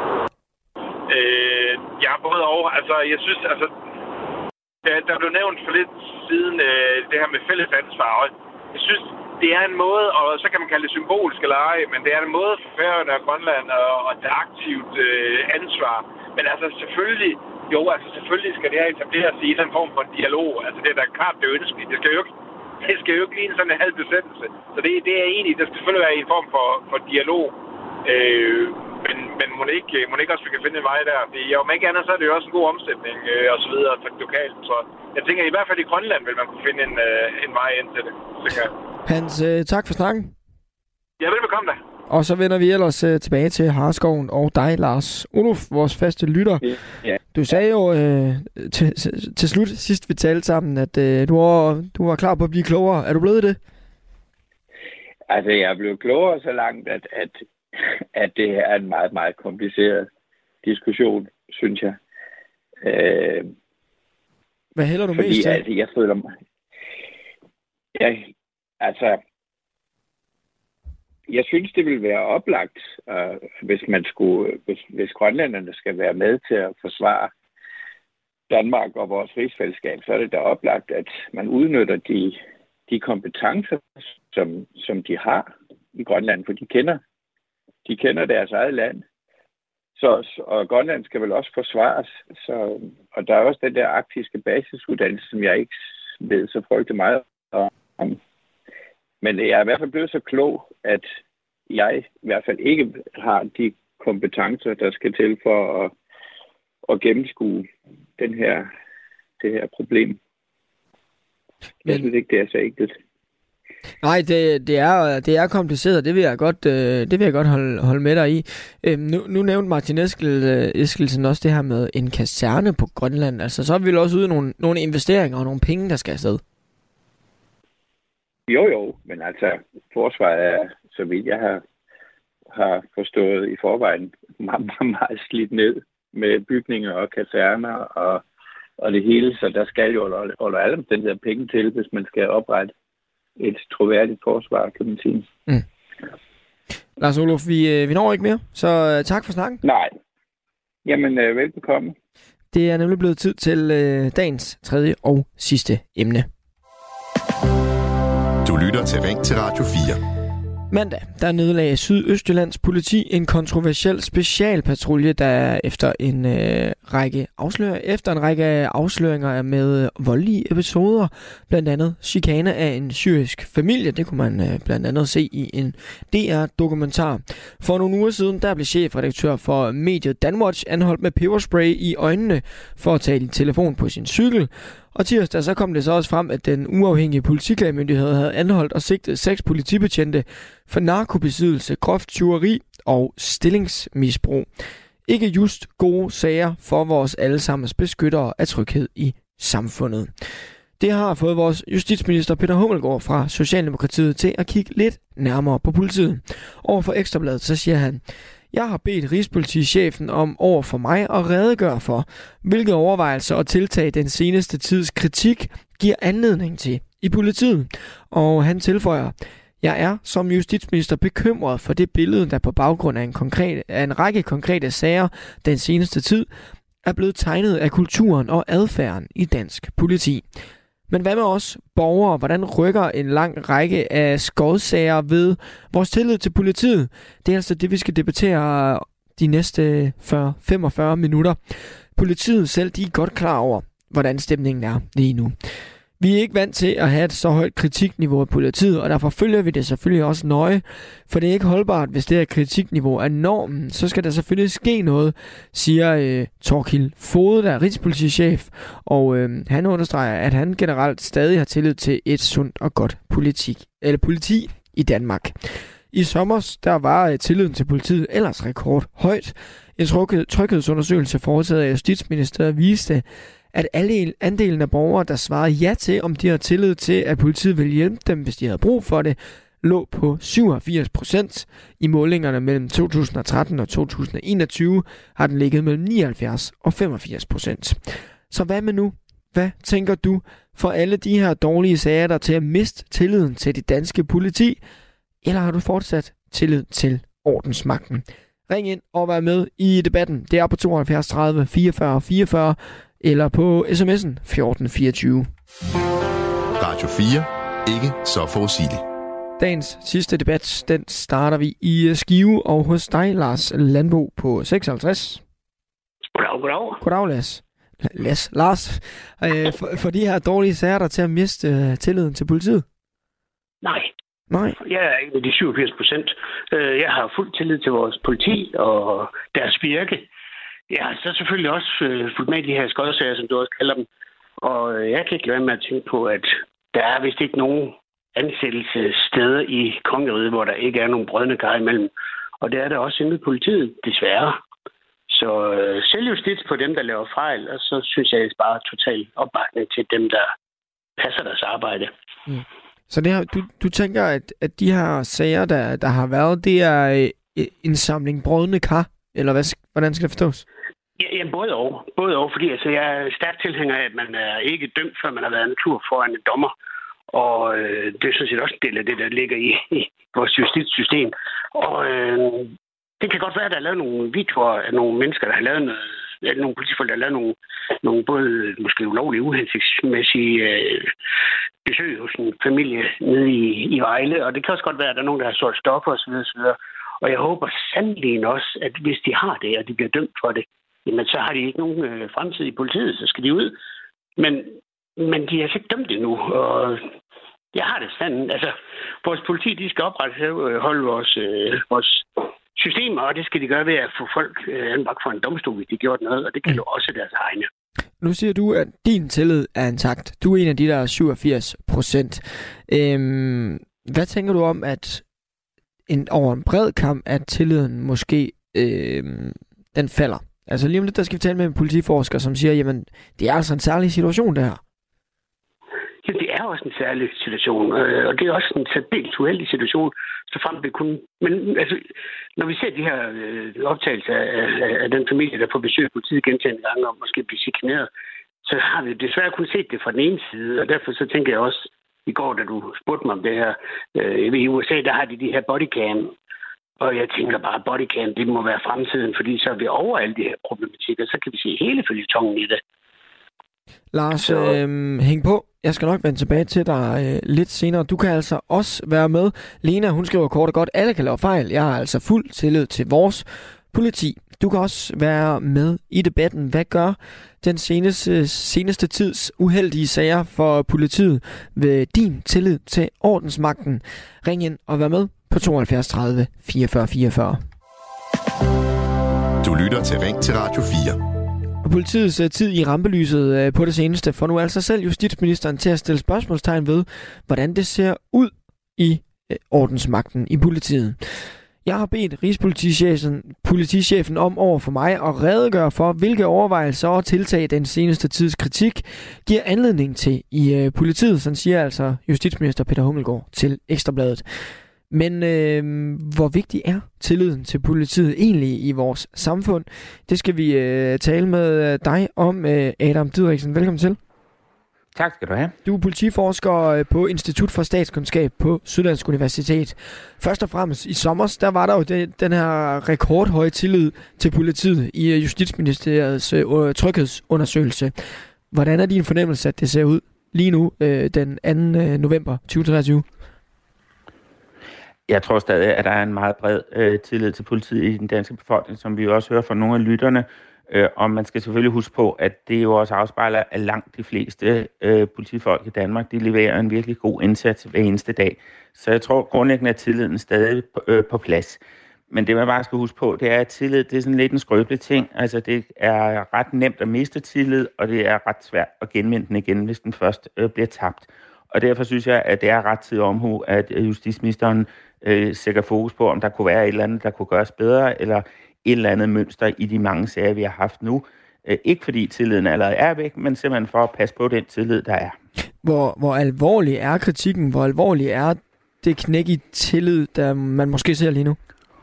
Ja, både og. Altså, jeg synes, der blev nævnt for lidt siden det her med fælles ansvar. Og jeg synes, det er en måde, og så kan man kalde det symbolisk eller ej, men det er en måde for Færøerne og Grønland og det aktivt ansvar. Men altså selvfølgelig skal det her etableres i en form for dialog. Altså det er da klart det ønskeligt. Det skal jo ikke ligne sådan en halv besættelse. Så det er egentlig, det skal selvfølgelig være en form for dialog. Men må ikke også, vi kan finde en vej der. Om ikke andet, så er det jo også en god omsætning og så videre lokalt. Så jeg tænker, i hvert fald i Grønland vil man kunne finde en vej ind til det. Hans, tak for snakken. Ja, velbekomme da. Og så vender vi ellers tilbage til Hareskoven og dig, Lars Oluf, vores faste lytter. Ja. Du sagde jo til slut, sidst vi talte sammen, at du var klar på at blive klogere. Er du blevet det? Altså, jeg er blevet klogere så langt, at det her er en meget, meget kompliceret diskussion, synes jeg. Hvad hælder du mest til? Altså, jeg føler mig... Jeg synes, det vil være oplagt, hvis grønlænderne skal være med til at forsvare Danmark og vores rigsfællesskab, så er det da oplagt, at man udnytter de kompetencer, som de har i Grønland, for de kender deres eget land. Og Grønland skal vel også forsvares. Og der er også den der arktiske basisuddannelse, som jeg ikke ved så frygtelig meget om. Men jeg er i hvert fald blevet så klog, at jeg i hvert fald ikke har de kompetencer, der skal til for at gennemskue det her problem. Jeg synes ikke, det er så enkelt. Nej, det er kompliceret. Det vil jeg godt holde med dig i. Nu nævnte Martin Eskildsen også det her med en kaserne på Grønland. Altså, så er vi vel også ude i nogle investeringer og nogle penge, der skal afsted. Jo, men altså, forsvaret er, så vidt jeg har forstået i forvejen, meget, meget slidt ned med bygninger og kaserner og det hele. Så der skal jo under alle omstændigheder penge til, hvis man skal oprette et troværdigt forsvar, kan man sige. Mm. Lars Oluf, vi når ikke mere, så tak for snakken. Nej. Jamen, velbekomme. Det er nemlig blevet tid til dagens tredje og sidste emne. Du lytter til Ring til Radio 4. Mandag, der nedlagde Sydøstjyllands politi en kontroversiel specialpatrulje, der efter en række afsløringer med voldelige episoder, blandt andet chikane af en syrisk familie. Det kunne man blandt andet se i en DR-dokumentar. For nogle uger siden, der blev chefredaktør for mediet Danwatch anholdt med peberspray i øjnene for at tale i telefon på sin cykel. Og tirsdag så kom det så også frem, at den uafhængige politiklagemyndighed havde anholdt og sigtet 6 politibetjente for narkobesiddelse, groft tyveri og stillingsmisbrug. Ikke just gode sager for vores allesammens beskyttere af tryghed i samfundet. Det har fået vores justitsminister Peter Hummelgaard fra Socialdemokratiet til at kigge lidt nærmere på politiet. Overfor Ekstrabladet så siger han: Jeg har bedt Rigspolitichefen om over for mig at redegøre for, hvilke overvejelser og tiltag den seneste tids kritik giver anledning til i politiet. Og han tilføjer: Jeg er som justitsminister bekymret for det billede, der på baggrund af en række konkrete sager den seneste tid er blevet tegnet af kulturen og adfærden i dansk politi. Men hvad med os borgere? Hvordan rykker en lang række af skodsager ved vores tillid til politiet? Det er altså det, vi skal debattere de næste 40-45 minutter. Politiet selv, de er godt klar over, hvordan stemningen er lige nu. Vi er ikke vant til at have et så højt kritikniveau af politiet, og derfor følger vi det selvfølgelig også nøje, for det er ikke holdbart, hvis det her kritikniveau er normen. Så skal der selvfølgelig ske noget, siger Thorkild Fode, der er rigspolitichef, og han understreger, at han generelt stadig har tillid til et sundt og godt politi i Danmark. I sommer der var tilliden til politiet ellers rekordhøjt. En tryghedsundersøgelse foretaget af Justitsministeriet viste, at andelen af borgere, der svarede ja til, om de har tillid til, at politiet vil hjælpe dem, hvis de havde brug for det, lå på 87%. I målingerne mellem 2013 og 2021 har den ligget mellem 79 og 85%. Så hvad med nu? Hvad tænker du for alle de her dårlige sager, der til at miste tilliden til det danske politi? Eller har du fortsat tillid til ordensmagten? Ring ind og vær med i debatten. Det er på 72 30 44 44 eller på sms'en 1424. Radio 4. Ikke så forudsigeligt. Dagens sidste debat, den starter vi i Skive og hos dig, Lars Landbo på 56. Goddag. Goddag, Lars. For de her dårlige sager, der til at miste tilliden til politiet? Nej. Jeg er en af de 87%. Jeg har fuld tillid til vores politi og deres virke. Jeg har så selvfølgelig også fulgt med i de her skodsager, som du også kalder dem. Og jeg kan ikke lade være med at tænke på, at der er vist ikke nogen ansættelsessteder i kongeriget, hvor der ikke er nogen brødne kar imellem. Og det er der også inde i politiet, desværre. Så selvjustits på dem, der laver fejl, og så synes jeg bare total opbakning til dem, der passer deres arbejde. Mm. Så det her, du tænker, at de her sager, der har været, det er en samling brødne kar? Eller hvordan skal det forstås? Ja, både og. Fordi altså, jeg er stærkt tilhænger af, at man er ikke dømt, før man har været en tur foran en dommer. Og det er sådan set også en del af det, der ligger i vores justitssystem. Og det kan godt være, at der er lavet nogle videoer af nogle mennesker, der har lavet noget, nogle politifolk, der har lavet nogle både måske ulovlige, uhensigtsmæssige besøg hos en familie nede i Vejle. Og det kan også godt være, at der er nogen, der har solgt stoffer osv. Og jeg håber sandelig også, at hvis de har det, og de bliver dømt for det, jamen så har de ikke nogen fremtid i politiet, så skal de ud. Men de er altså ikke dømt endnu, og jeg har det sådan. Altså, vores politi, de skal opretholde vores systemer, og det skal de gøre ved at få folk anbragt for en domstol, hvis de gjort noget, og det kan jo også deres egne. Nu siger du, at din tillid er intakt. Du er en af de der 87%. Hvad tænker du om, at over en bred kamp, at tilliden måske den falder? Altså lige om lidt, der skal vi tale med en politiforsker, som siger, jamen, det er altså en særlig situation, det her. Ja, det er også en særlig situation, og det er også en særdeles uheldig situation, så frem det kun. Men altså, når vi ser de her optagelser af den familie, der får besøg af politiet gentagne gange og måske bliver chikaneret, så har vi desværre kun set det fra den ene side, og derfor så tænker jeg også, i går, da du spurgte mig om det her, i USA, der har de her bodycam. Og jeg tænker bare, at bodycam, det må være fremtiden, fordi så er vi over alle de her problematikker, så kan vi se hele føljetongen i det. Lars, hæng på. Jeg skal nok vende tilbage til dig lidt senere. Du kan altså også være med. Lena, hun skriver kort og godt, alle kan lave fejl. Jeg har altså fuld tillid til vores politi. Du kan også være med i debatten. Hvad gør den seneste tids uheldige sager for politiet ved din tillid til ordensmagten? Ring ind og vær med på 72 30 44 44. Du lytter til Ring til Radio 4. Og politiets tid i rampelyset på det seneste får nu altså selv justitsministeren til at stille spørgsmålstegn ved, hvordan det ser ud i ordensmagten i politiet. Jeg har bedt rigspolitichefen om over for mig at redegøre for, hvilke overvejelser og tiltag den seneste tids kritik giver anledning til i politiet, sådan siger altså justitsminister Peter Hummelgaard til Ekstrabladet. Men hvor vigtig er tilliden til politiet egentlig i vores samfund? Det skal vi tale med dig om, Adam Didriksen. Velkommen til. Tak skal du have. Du er politiforsker på Institut for Statskundskab på Syddansk Universitet. Først og fremmest i sommer, der var der jo den her rekordhøje tillid til politiet i Justitsministeriets tryghedsundersøgelse. Hvordan er din fornemmelse, at det ser ud lige nu den 2. november 2023? Jeg tror stadig, at der er en meget bred tillid til politiet i den danske befolkning, som vi også hører fra nogle af lytterne. Og man skal selvfølgelig huske på, at det jo også afspejler, at langt de fleste politifolk i Danmark, de leverer en virkelig god indsats hver eneste dag. Så jeg tror grundlæggende, at tilliden er stadig på plads. Men det, man bare skal huske på, det er, at tillid, det er sådan lidt en skrøbelig ting. Altså, det er ret nemt at miste tillid, og det er ret svært at genvinde den igen, hvis den først bliver tabt. Og derfor synes jeg, at det er ret tid omhu, at justitsministeren sætter fokus på, om der kunne være et eller andet, der kunne gøres bedre, eller et eller andet mønster i de mange sager, vi har haft nu. Ikke fordi tilliden allerede er væk, men simpelthen for at passe på den tillid, der er. Hvor alvorlig er kritikken? Hvor alvorlig er det knæk i tillid, der man måske ser lige nu?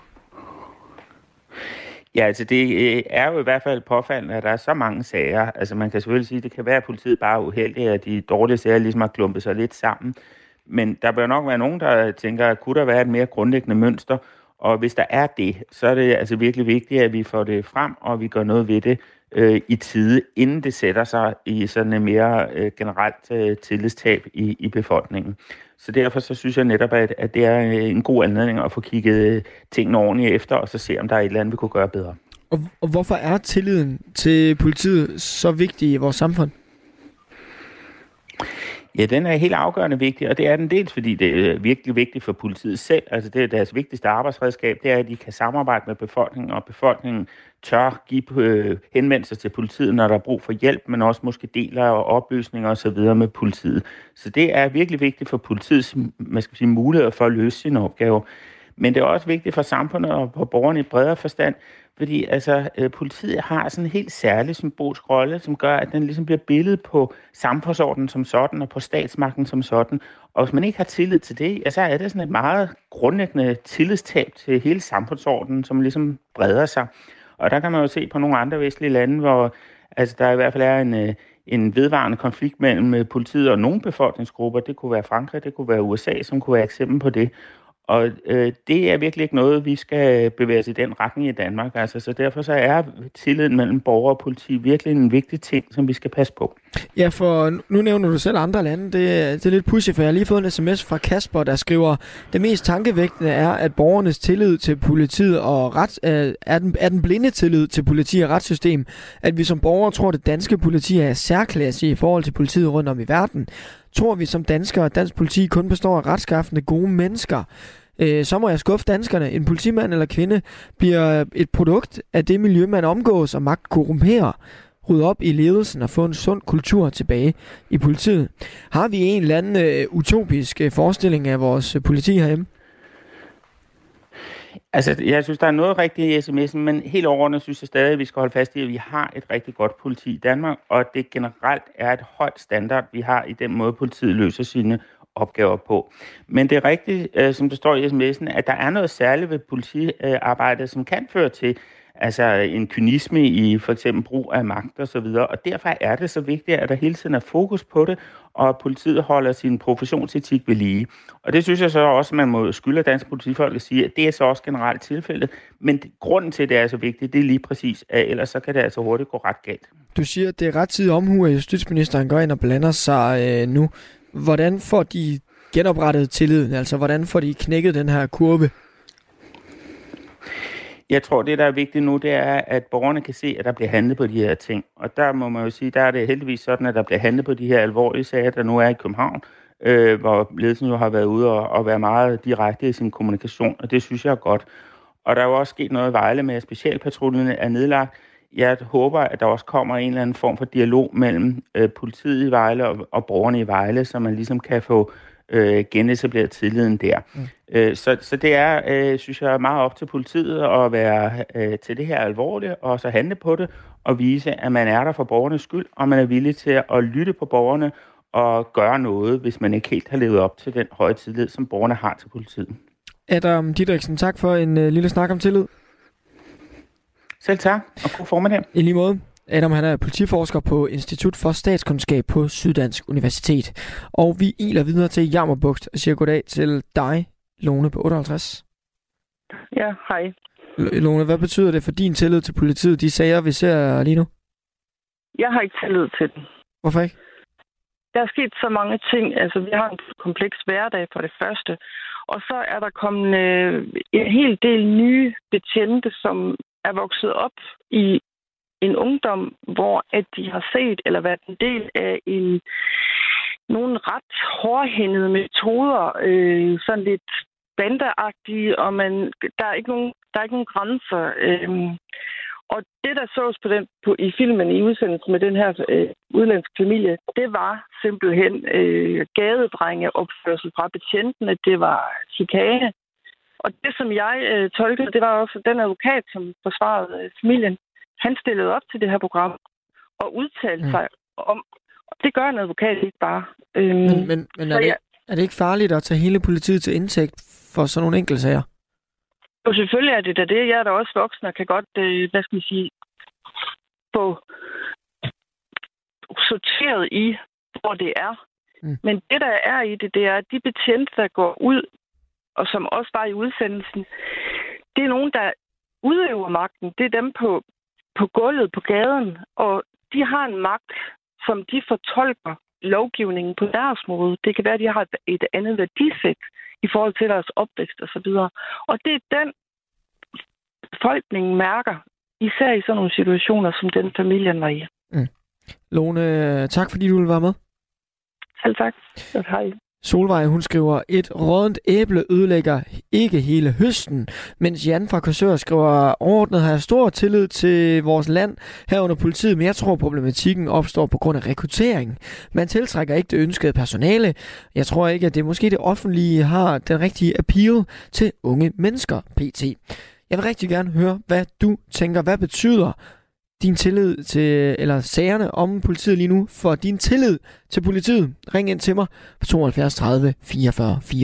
Ja, altså det er jo i hvert fald påfaldende, at der er så mange sager. Altså man kan selvfølgelig sige, at det kan være, at politiet bare er uheldige, at de dårlige sager ligesom har klumpet sig lidt sammen. Men der bør nok være nogen, der tænker, at kunne der være et mere grundlæggende mønster? Og hvis der er det, så er det altså virkelig vigtigt, at vi får det frem, og vi gør noget ved det i tide, inden det sætter sig i sådan en mere generelt tillidstab i befolkningen. Så derfor så synes jeg netop, at det er en god anledning at få kigget tingene ordentligt efter, og så se, om der er et eller andet, vi kunne gøre bedre. Og hvorfor er tilliden til politiet så vigtig i vores samfund? Ja, den er helt afgørende vigtig, og det er den dels, fordi det er virkelig vigtigt for politiet selv. Altså det er deres vigtigste arbejdsredskab, det er, at de kan samarbejde med befolkningen, og befolkningen tør give henvendelser til politiet, når der er brug for hjælp, men også måske deler og oplysninger osv. med politiet. Så det er virkelig vigtigt for politiets muligheder for at løse sine opgaver. Men det er også vigtigt for samfundet og for borgerne i bredere forstand, fordi politiet har sådan en helt særlig symbolsk rolle, som gør, at den ligesom bliver billedet på samfundsordenen som sådan og på statsmagten som sådan. Og hvis man ikke har tillid til det, så er det sådan et meget grundlæggende tillidstab til hele samfundsordenen, som ligesom breder sig. Og der kan man jo se på nogle andre vestlige lande, hvor der i hvert fald er en vedvarende konflikt mellem politiet og nogle befolkningsgrupper. Det kunne være Frankrig, det kunne være USA, som kunne være eksempel på det. Og det er virkelig ikke noget, vi skal bevæge os i den retning i Danmark. Altså, så derfor så er tilliden mellem borger og politi virkelig en vigtig ting, som vi skal passe på. Ja, for nu nævner du selv andre lande. Det er lidt pudsigt, for jeg har lige fået en sms fra Kasper, der skriver, det mest tankevækkende er, at borgernes tillid til politiet og er den blinde tillid til politi og retssystem, at vi som borgere tror, at det danske politi er særklasse i forhold til politiet rundt om i verden. Tror vi som danskere, at dansk politi kun består af retskaffende gode mennesker? Så må jeg skuffe danskerne. En politimand eller kvinde bliver et produkt af det miljø, man omgås og magt korrumperer. Rydde op i ledelsen og få en sund kultur tilbage i politiet. Har vi en eller anden utopisk forestilling af vores politi herhjemme? Altså, jeg synes, der er noget rigtigt i sms'en, men helt overordnet synes jeg stadig, at vi skal holde fast i, at vi har et rigtig godt politi i Danmark, og det generelt er et højt standard, vi har i den måde, politiet løser sine opgaver på. Men det er rigtigt, som der står i sms'en, at der er noget særligt ved politiarbejdet, som kan føre til en kynisme i for eksempel brug af magt og så videre. Og derfor er det så vigtigt, at der hele tiden er fokus på det, og politiet holder sin professionsetik ved lige. Og det synes jeg så også, man må skylde dansk politifolk at sige, at det er så også generelt tilfældet. Men grunden til, at det er så vigtigt, det er lige præcis, at ellers så kan det altså hurtigt gå ret galt. Du siger, at det er ret tid omhu, at justitsministeren går ind og blander sig nu. Hvordan får de genoprettet tilliden? Altså, hvordan får de knækket den her kurve? Jeg tror, det der er vigtigt nu, det er, at borgerne kan se, at der bliver handlet på de her ting. Og der må man jo sige, der er det heldigvis sådan, at der bliver handlet på de her alvorlige sager, der nu er i København, hvor ledelsen jo har været ude og være meget direkte i sin kommunikation, og det synes jeg er godt. Og der er jo også sket noget i Vejle med, at specialpatruljerne er nedlagt. Jeg håber, at der også kommer en eller anden form for dialog mellem politiet i Vejle og borgerne i Vejle, så man ligesom kan få genetableret tilliden der. Så det er, synes jeg, meget op til politiet at være til det her alvorligt, og så handle på det, og vise, at man er der for borgernes skyld, og man er villig til at lytte på borgerne og gøre noget, hvis man ikke helt har levet op til den høje tillid, som borgerne har til politiet. Adam Didriksen, tak for en lille snak om tillid. Selv tak, og god formiddag. I lige måde. Adam, han er politiforsker på Institut for Statskundskab på Syddansk Universitet. Og vi iler videre til Jammerbugt og siger goddag til dig, Lone på 58. Ja, hej. Lone, hvad betyder det for din tillid til politiet, de sager, vi ser lige nu? Jeg har ikke tillid til den. Hvorfor ikke? Der er sket så mange ting. Altså, vi har en kompleks hverdag for det første. Og så er der kommet en hel del nye betjente, som er vokset op i en ungdom, hvor at de har set eller været en del af nogle ret hårdhændede metoder, sådan lidt bandeagtige, og der er ikke nogen grænser. Og det, der sås i filmen i udsendelsen med den her udlandske familie, det var simpelthen gadedrengeopførsel fra betjentene. Det var chikane. Og det, som jeg tolkede, det var også den advokat, som forsvarede familien. Han stillede op til det her program og udtalte sig om. Det gør en advokat ikke bare. Men er det ikke farligt at tage hele politiet til indtægt for sådan nogle enkeltsager? Jo, selvfølgelig er det da det. Jeg er da også voksen og kan godt, få sorteret i, hvor det er. Men det, der er i det er, at de betjente, der går ud, og som også var i udsendelsen, det er nogen, der udøver magten. Det er dem på gulvet på gaden, og de har en magt, som de fortolker lovgivningen på deres måde. Det kan være, at de har et andet værdisæt i forhold til deres opvækst og så videre. Og det er den befolkningen mærker, især i sådan nogle situationer, som den familien var i. Lone, tak fordi du ville være med. Selv tak. Hej. Solvej, hun skriver, et rådent æble ødelægger ikke hele høsten, mens Jan fra Korsør skriver, overordnet har jeg stor tillid til vores land herunder politiet, men jeg tror problematikken opstår på grund af rekruttering. Man tiltrækker ikke det ønskede personale. Jeg tror ikke, at det måske det offentlige har den rigtige appeal til unge mennesker, pt. Jeg vil rigtig gerne høre, hvad du tænker, hvad betyder din tillid til, eller sagerne om politiet lige nu, for din tillid til politiet. Ring ind til mig på 72 30 44 44.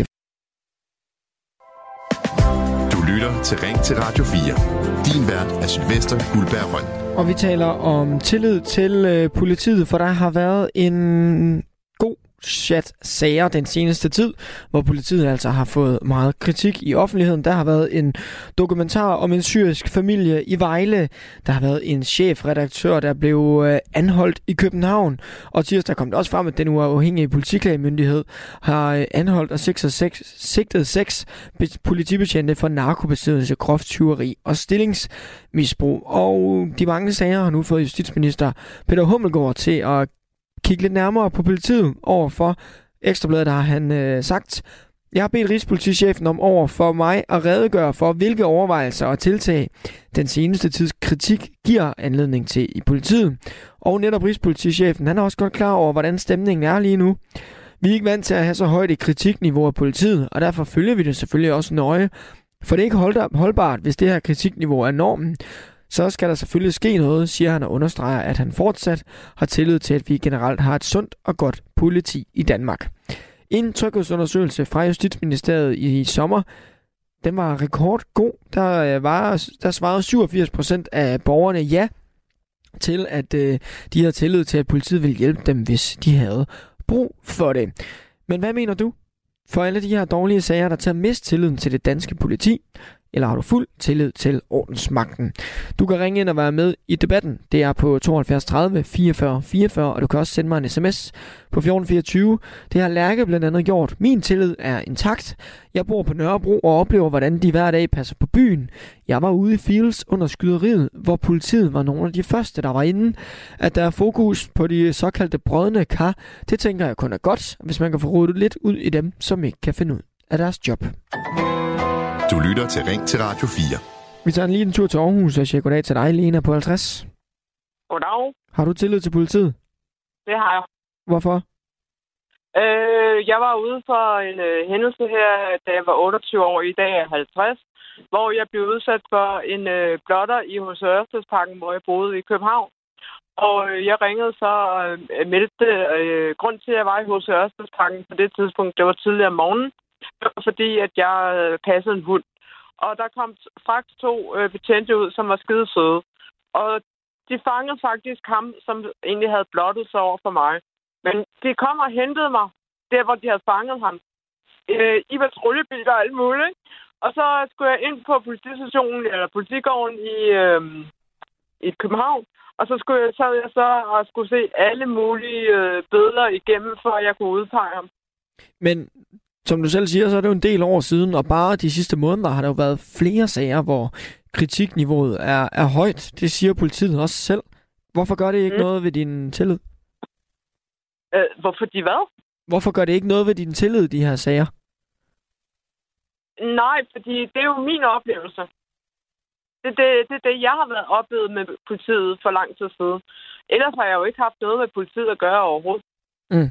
Du lytter til Ring til Radio 4. Din vært er Sylvester Guldberg Røn. Og vi taler om tillid til politiet, for der har været en god chat sager den seneste tid, hvor politiet altså har fået meget kritik i offentligheden. Der har været en dokumentar om en syrisk familie i Vejle. Der har været en chefredaktør, der blev anholdt i København. Og tirsdag kom det også frem, at den uafhængige politiklagemyndighed har anholdt og sigtet 6 politibetjente for narkobesiddelse, groft tyveri og stillingsmisbrug. Og de mange sager har nu fået justitsminister Peter Hummelgaard til at kigge lidt nærmere på politiet. Overfor Ekstrabladet har han sagt, jeg har bedt rigspolitichefen om over for mig at redegøre for, hvilke overvejelser og tiltag den seneste tids kritik giver anledning til i politiet. Og netop rigspolitichefen, han er også godt klar over, hvordan stemningen er lige nu. Vi er ikke vant til at have så højt et kritikniveau af politiet, og derfor følger vi det selvfølgelig også nøje. For det er ikke holdbart, hvis det her kritikniveau er normen. Så skal der selvfølgelig ske noget, siger han og understreger, at han fortsat har tillid til, at vi generelt har et sundt og godt politi i Danmark. En tryghedsundersøgelse fra Justitsministeriet i sommer, den var rekordgod. Der svarede 87% af borgerne ja til, at de havde tillid til, at politiet ville hjælpe dem, hvis de havde brug for det. Men hvad mener du? For alle de her dårlige sager, der tager mist tilliden til det danske politi, eller har du fuld tillid til ordensmagten? Du kan ringe ind og være med i debatten. Det er på 72 30 44 44, og du kan også sende mig en sms på 1424. Det har Lærke blandt andet gjort. Min tillid er intakt. Jeg bor på Nørrebro og oplever, hvordan de hver dag passer på byen. Jeg var ude i Fields under skyderiet, hvor politiet var nogle af de første, der var inde. At der er fokus på de såkaldte brodne kar, det tænker jeg kun er godt, hvis man kan få rodet lidt ud i dem, som ikke kan finde ud af deres job. Du lytter til Ring til Radio 4. Vi tager lige en tur til Aarhus, og jeg siger goddag til dig, Lena på 50. Goddag. Har du tillid til politiet? Det har jeg. Hvorfor? Jeg var ude for en hændelse her, da jeg var 28 år, i dag er 50, hvor jeg blev udsat for en blotter i H.C. Ørstedsparken, hvor jeg boede i København. Og jeg ringede så og meldte grund til, at jeg var i H.C. Ørstedsparken på det tidspunkt. Det var tidligere om morgenen. Fordi at jeg passede en hund. Og der kom straks 2 betjente ud, som var skide søde. Og de fangede faktisk ham, som egentlig havde blottet sig over for mig. Men de kom og hentede mig, der hvor de havde fanget ham. I patruljebiler og alt muligt. Og så skulle jeg ind på politistationen, eller politigården i København. Og så sad jeg så og skulle se alle mulige billeder igennem, for at jeg kunne udpege ham. Men som du selv siger, så er det jo en del år siden, og bare de sidste måneder har der jo været flere sager, hvor kritikniveauet er højt. Det siger politiet også selv. Hvorfor gør det ikke noget ved din tillid? Hvorfor de hvad? Hvorfor gør det ikke noget ved din tillid, de her sager? Nej, fordi det er jo min oplevelse. Det er det, jeg har været oplevet med politiet for lang tid siden. Ellers har jeg jo ikke haft noget med politiet at gøre overhovedet. Mm.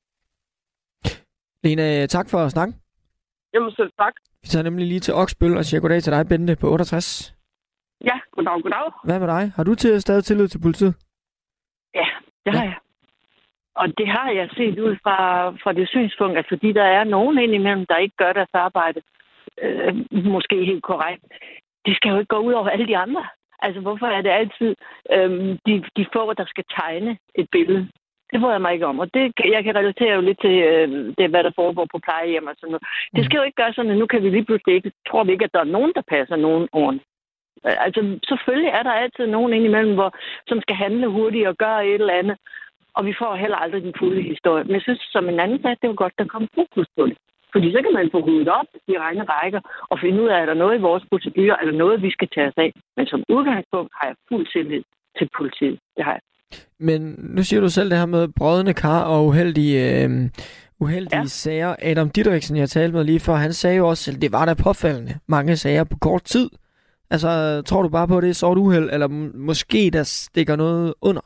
Lene, tak for at snakke. Jamen selv tak. Vi tager nemlig lige til Oksbøl og siger goddag til dig, Bente, på 68. Ja, goddag. Hvad med dig? Har du stadig tillid til politiet? Ja, det har jeg. Og det har jeg set ud fra det synspunkt, at fordi der er nogen indimellem, der ikke gør deres arbejde, måske helt korrekt, det skal jo ikke gå ud over alle de andre. Altså, hvorfor er det altid de få, der skal tegne et billede? Det bryder jeg mig ikke om. Og jeg kan relatere jo lidt til det, hvad der foregår på plejehjem og sådan noget. Det skal jo ikke gøre sådan, at nu kan vi lige pludselig ikke, tror vi ikke, at der er nogen, der passer nogen ordentligt. Altså, selvfølgelig er der altid nogen indimellem, som skal handle hurtigt og gøre et eller andet. Og vi får heller aldrig den fulde historie. Men jeg synes, som en anden sag, det er jo godt, der kommer fokus på det. Fordi så kan man få ryddet op i regne rækker og finde ud af, at der er noget i vores procedurer, eller noget, vi skal tage os af. Men som udgangspunkt har jeg fuld tillid til politiet. Det har jeg. Men nu siger du selv det her med brodne kar og uheldige sager. Adam Didriksen, jeg talte med lige før, han sagde jo også, at det var da påfaldende mange sager på kort tid. Altså, tror du bare på, at det er sort uheld, eller måske der stikker noget under?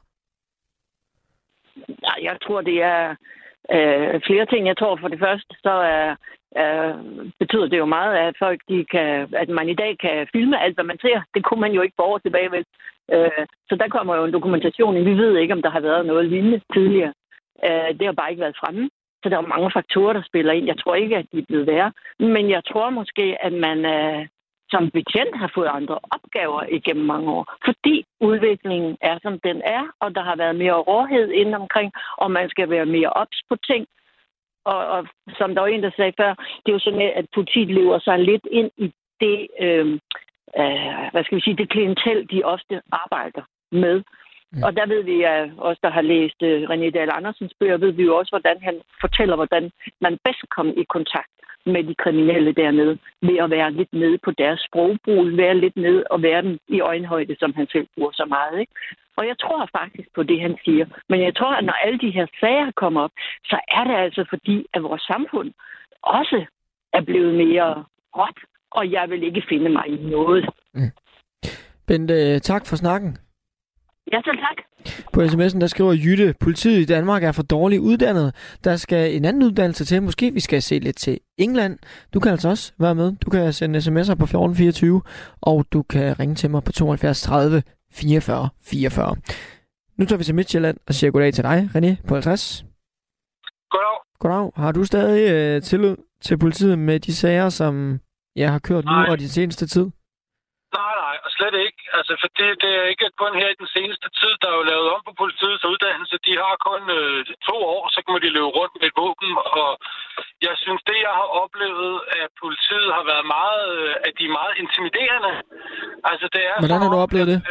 Nej, jeg tror, det er flere ting. Jeg tror for det første, så betyder det jo meget, at folk at man i dag kan filme alt, hvad man ser. Det kunne man jo ikke for år tilbage vel. Så der kommer jo en dokumentation. Vi ved ikke, om der har været noget lignende tidligere. Det har bare ikke været fremme. Så der er mange faktorer, der spiller ind. Jeg tror ikke, at de er blevet værre. Men jeg tror måske, at man som betjent har fået andre opgaver igennem mange år. Fordi udviklingen er, som den er, og der har været mere råhed inden omkring, og man skal være mere ops på ting. Og som der var en, der sagde før, det er jo sådan, at politiet lever sig lidt ind i det, det klientel, de ofte arbejder med. Og der ved vi, at os, der har læst René Dahl Andersens bøger, ved vi jo også, hvordan han fortæller, hvordan man bedst kommer i kontakt med de kriminelle dernede, ved at være lidt nede på deres sprogbrug, være lidt nede og være dem i øjenhøjde, som han selv bruger så meget. Ikke? Og jeg tror faktisk på det, han siger. Men jeg tror, at når alle de her sager kommer op, så er det altså fordi, at vores samfund også er blevet mere råt, og jeg vil ikke finde mig i noget. Bente, tak for snakken. Ja, selv tak. På sms'en, der skriver Jytte, politiet i Danmark er for dårligt uddannet. Der skal en anden uddannelse til. Måske vi skal se lidt til England. Du kan altså også være med. Du kan sende sms'er på 1424, og du kan ringe til mig på 72 30 44 44. Nu tager vi til Midtjylland og siger goddag til dig, René, på 50. Goddag. Goddag. Har du stadig tillid til politiet med de sager, som jeg har kørt nu og de seneste tid? Nej, og slet ikke. Altså, for det er ikke kun her i den seneste tid, der er jo lavet om på politiets uddannelse. De har kun 2 år, så kan de løbe rundt med et våben. Og jeg synes, det jeg har oplevet, at politiet har været meget, at de er meget intimiderende. Altså, det er hvordan har du oplevet det?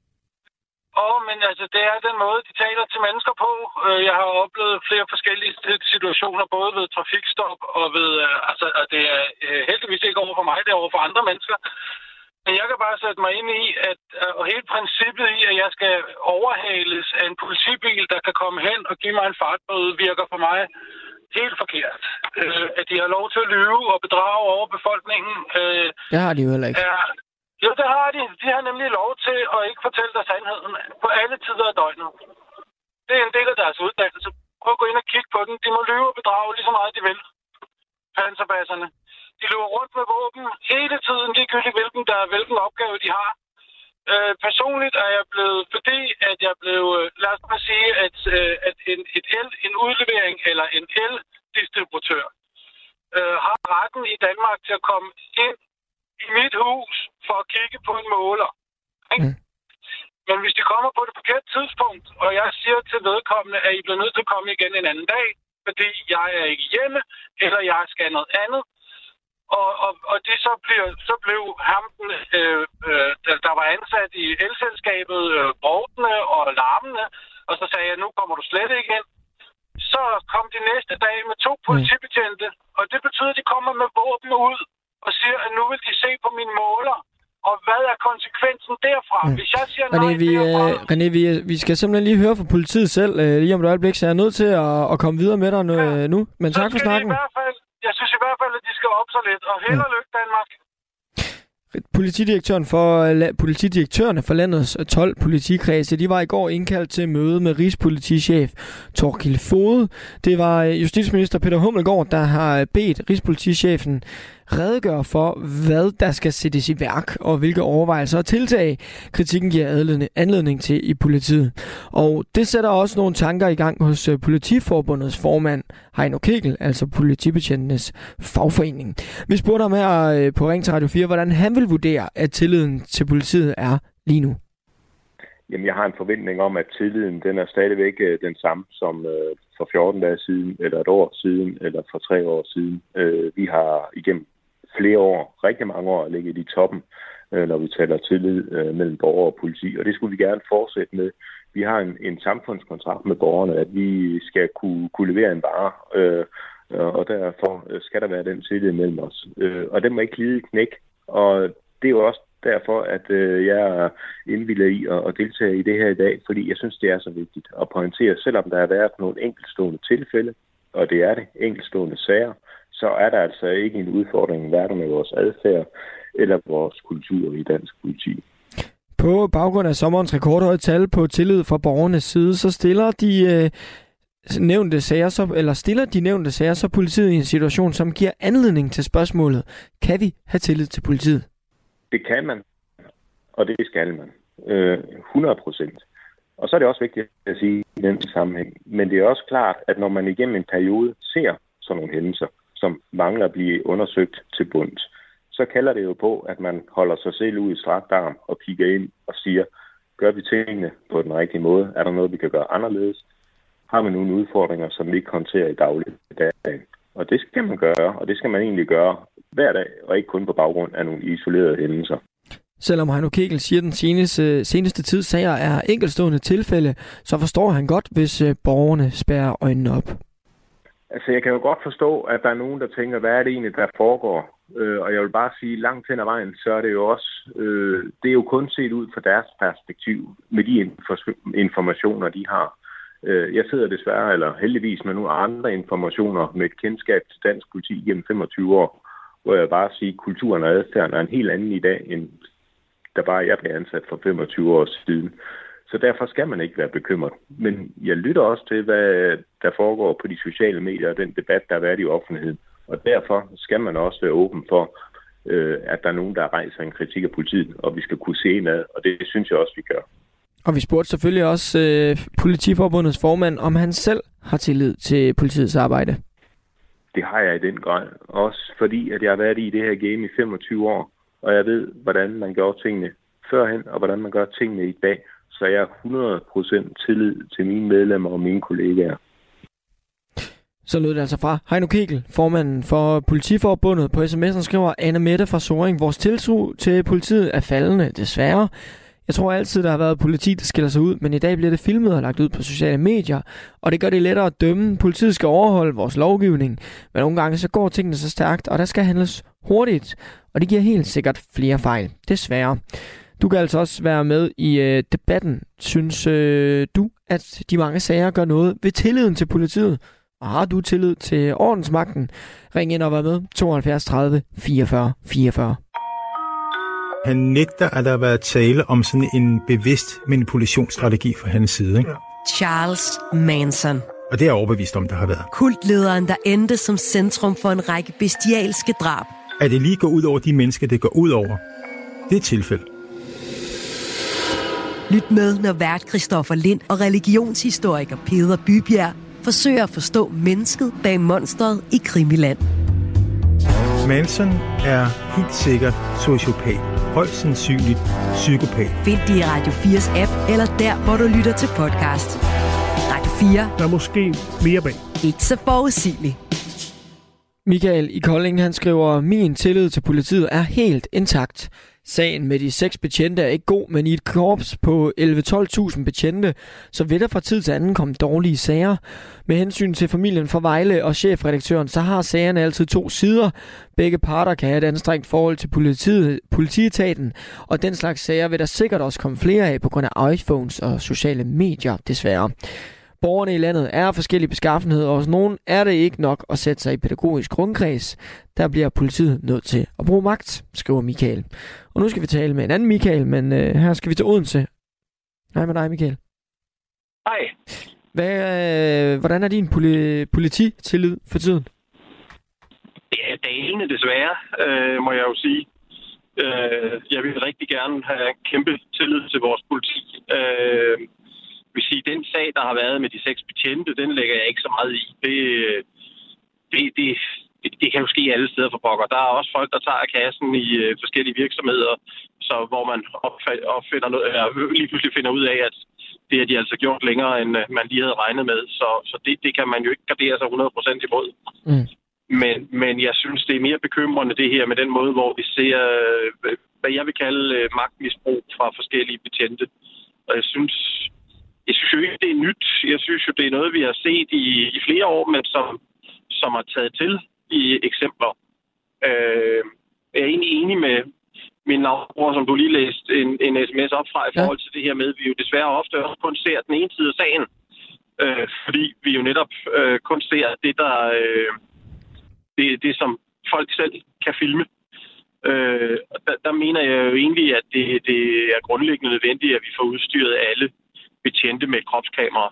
Men altså, det er den måde, de taler til mennesker på. Jeg har oplevet flere forskellige situationer, både ved trafikstop og ved, at det er heldigvis ikke over for mig, det er over for andre mennesker. Men jeg kan bare sætte mig ind i, og hele princippet i, at jeg skal overhales af en politibil, der kan komme hen og give mig en fartbøde, virker for mig helt forkert. At de har lov til at lyve og bedrage over befolkningen. Det har de jo heller ikke. Jo, det har de. De har nemlig lov til at ikke fortælle dig sandheden på alle tider af døgnet. Det er en del af deres uddannelse. Prøv at gå ind og kigge på den. De må lyve og bedrage lige så meget, de vil. Panserbasserne. De løber rundt med våben hele tiden, ligegyldigt hvilken opgave de har. Personligt er jeg blevet, fordi at jeg blev, lad os bare sige, at en udlevering eller en eldistributør har retten i Danmark til at komme ind i mit hus for at kigge på en måler. Men hvis de kommer på det forkerte tidspunkt, og jeg siger til vedkommende, at I bliver nødt til at komme igen en anden dag, fordi jeg er ikke hjemme, eller jeg skal noget andet, og det så blev ham, der var ansat i elselskabet, brovtende og larmende, og så sagde jeg, nu kommer du slet ikke ind. Så kom de næste dag med 2 politibetjente, og det betyder, at de kommer med våben ud og siger, at nu vil de se på mine måler, Og hvad er konsekvensen derfra? Hvis jeg siger nej derfra... René, vi skal simpelthen lige høre fra politiet selv lige om et øjeblik, så jeg er nødt til at komme videre med dig nu. Men tak for snakken. Jeg synes i hvert fald, at de skal op så lidt. Og held og lykke, Danmark. Politidirektørerne for landets 12 politikredse, de var i går indkaldt til møde med rigspolitichef Thorkild Foged. Det var justitsminister Peter Hummelgaard, der har bedt rigspolitichefen redegøre for, hvad der skal sættes i værk, og hvilke overvejelser og tiltag kritikken giver anledning til i politiet. Og det sætter også nogle tanker i gang hos Politiforbundets formand, Heino Kegel, altså politibetjentenes fagforening. Vi spurgte ham her på Ring til Radio 4, hvordan han vil vurdere, at tilliden til politiet er lige nu. Jamen, jeg har en forventning om, at tilliden den er stadigvæk den samme som for 14 dage siden, eller et år siden, eller for 3 år siden. Vi har igennem flere år, rigtig mange år, ligget i toppen, når vi taler tillid mellem borgere og politi, og det skulle vi gerne fortsætte med. Vi har en samfundskontrakt med borgerne, at vi skal kunne levere en vare, og derfor skal der være den tillid mellem os. Og den må ikke lide knæk, og det er jo også derfor, at jeg er indvillig i at deltage i det her i dag, fordi jeg synes, det er så vigtigt at pointere, selvom der har været nogle enkeltstående tilfælde, og det er det, enkeltstående sager, så er der altså ikke en udfordring hverken med vores adfærd eller vores kultur i dansk politi. På baggrund af sommerens rekordhøje tal på tillid fra borgernes side, så stiller de nævnte sager så politiet i en situation, som giver anledning til spørgsmålet: kan vi have tillid til politiet? Det kan man, og det skal man. 100%. Og så er det også vigtigt at sige i den sammenhæng. Men det er også klart, at når man igennem en periode ser sådan nogle hændelser, som mangler at blive undersøgt til bunds, så kalder det jo på, at man holder sig selv ud i strakt arm og kigger ind og siger, gør vi tingene på den rigtige måde? Er der noget, vi kan gøre anderledes? Har vi nogle udfordringer, som vi ikke håndterer i dagligdagen? Og det skal man gøre, og det skal man egentlig gøre hver dag, og ikke kun på baggrund af nogle isolerede hændelser. Selvom Heino Kegel siger, at den seneste tids sager er enkeltstående tilfælde, så forstår han godt, hvis borgerne spærrer øjnene op. Altså, jeg kan jo godt forstå, at der er nogen, der tænker, hvad er det egentlig, der foregår? Og jeg vil bare sige, langt hen ad vejen, så er det jo også, det er jo kun set ud fra deres perspektiv, med de informationer, de har. Jeg sidder desværre, eller heldigvis med nogle andre informationer med et kendskab til dansk politi gennem 25 år, hvor jeg bare siger, at kulturen og adfærden er en helt anden i dag, end da bare jeg blev ansat for 25 år siden. Så derfor skal man ikke være bekymret. Men jeg lytter også til, hvad der foregår på de sociale medier og den debat, der har været i offentligheden. Og derfor skal man også være åben for, at der er nogen, der rejser en kritik af politiet, og vi skal kunne se indad, og det synes jeg også, vi gør. Og vi spurgte selvfølgelig også Politiforbundets formand, om han selv har tillid til politiets arbejde. Det har jeg i den grad. Også fordi, at jeg har været i det her game i 25 år, og jeg ved, hvordan man gør tingene førhen, og hvordan man gør tingene i dag. Så jeg har 100% tillid til mine medlemmer og mine kollegaer. Så lød det altså fra Heino Kegel, formanden for Politiforbundet. På sms'en skriver Anne Mette fra Sorring: vores tiltro til politiet er faldende, desværre. Jeg tror altid, der har været politi, der skiller sig ud, men i dag bliver det filmet og lagt ud på sociale medier, og det gør det lettere at dømme. Politiet skal overholde vores lovgivning, men nogle gange så går tingene så stærkt, og der skal handles hurtigt, og det giver helt sikkert flere fejl, desværre. Du kan altså også være med i debatten. Synes du, at de mange sager gør noget ved tilliden til politiet? Og har du tillid til ordensmagten? Ring ind og vær med. 72 30 44 44. Han nægter, at der har været tale om sådan en bevidst manipulationsstrategi fra hans side. Ikke? Charles Manson. Og det er jeg overbevist om, der har været. Kultlederen, der endte som centrum for en række bestialske drab. At det lige går ud over de mennesker, det går ud over, det er et tilfælde. Lyt med, når vært Christoffer Lind og religionshistoriker Peder Bybjerg forsøger at forstå mennesket bag monstret i Krimiland. Manson er helt sikkert sociopat. Højst sandsynligt psykopat. Find det i Radio 4's app, eller der, hvor du lytter til podcast. Radio 4. Der er måske mere bag. Ikke så forudsigeligt. Michael i Kolding, han skriver: min tillid til politiet er helt intakt. Sagen med de 6 betjente er ikke god, men i et korps på 11-12.000 betjente, så vil der fra tid til anden komme dårlige sager. Med hensyn til familien fra Vejle og chefredaktøren, så har sagerne altid 2 sider. Begge parter kan have et anstrengt forhold til politietaten, og den slags sager vil der sikkert også komme flere af på grund af iPhones og sociale medier, desværre. Borgerne i landet er af forskellige beskaffenheder, og hos nogen er det ikke nok at sætte sig i pædagogisk rundkreds. Der bliver politiet nødt til at bruge magt, skriver Michael. Og nu skal vi tale med en anden Michael, men her skal vi til Odense. Hej med dig, Michael. Hej. Hvordan er din polititillid for tiden? Det er dalende, desværre, må jeg jo sige. Jeg vil rigtig gerne have kæmpe tillid til vores politi. Vil sige, den sag, der har været med de 6 betjente, den lægger jeg ikke så meget i. Det kan jo ske alle steder for pokker. Der er også folk, der tager kassen i forskellige virksomheder, så hvor man lige pludselig finder ud af, at det har de altså gjort længere, end man lige havde regnet med. Så det kan man jo ikke gardere sig 100% imod. Mm. Men jeg synes, det er mere bekymrende det her med den måde, hvor vi ser, hvad jeg vil kalde magtmisbrug fra forskellige betjente. Og jeg synes jo ikke, det er nyt. Jeg synes jo, det er noget, vi har set i flere år, men som har taget til i eksempler. Jeg er egentlig enig med min navnbror, som du lige læste en sms op fra i forhold til det her med, at vi jo desværre ofte også kun ser den ene side af sagen. Fordi vi jo netop kun ser det, det som folk selv kan filme. Der mener jeg jo egentlig, at det er grundlæggende nødvendigt, at vi får udstyret alle betjente med kropskamera.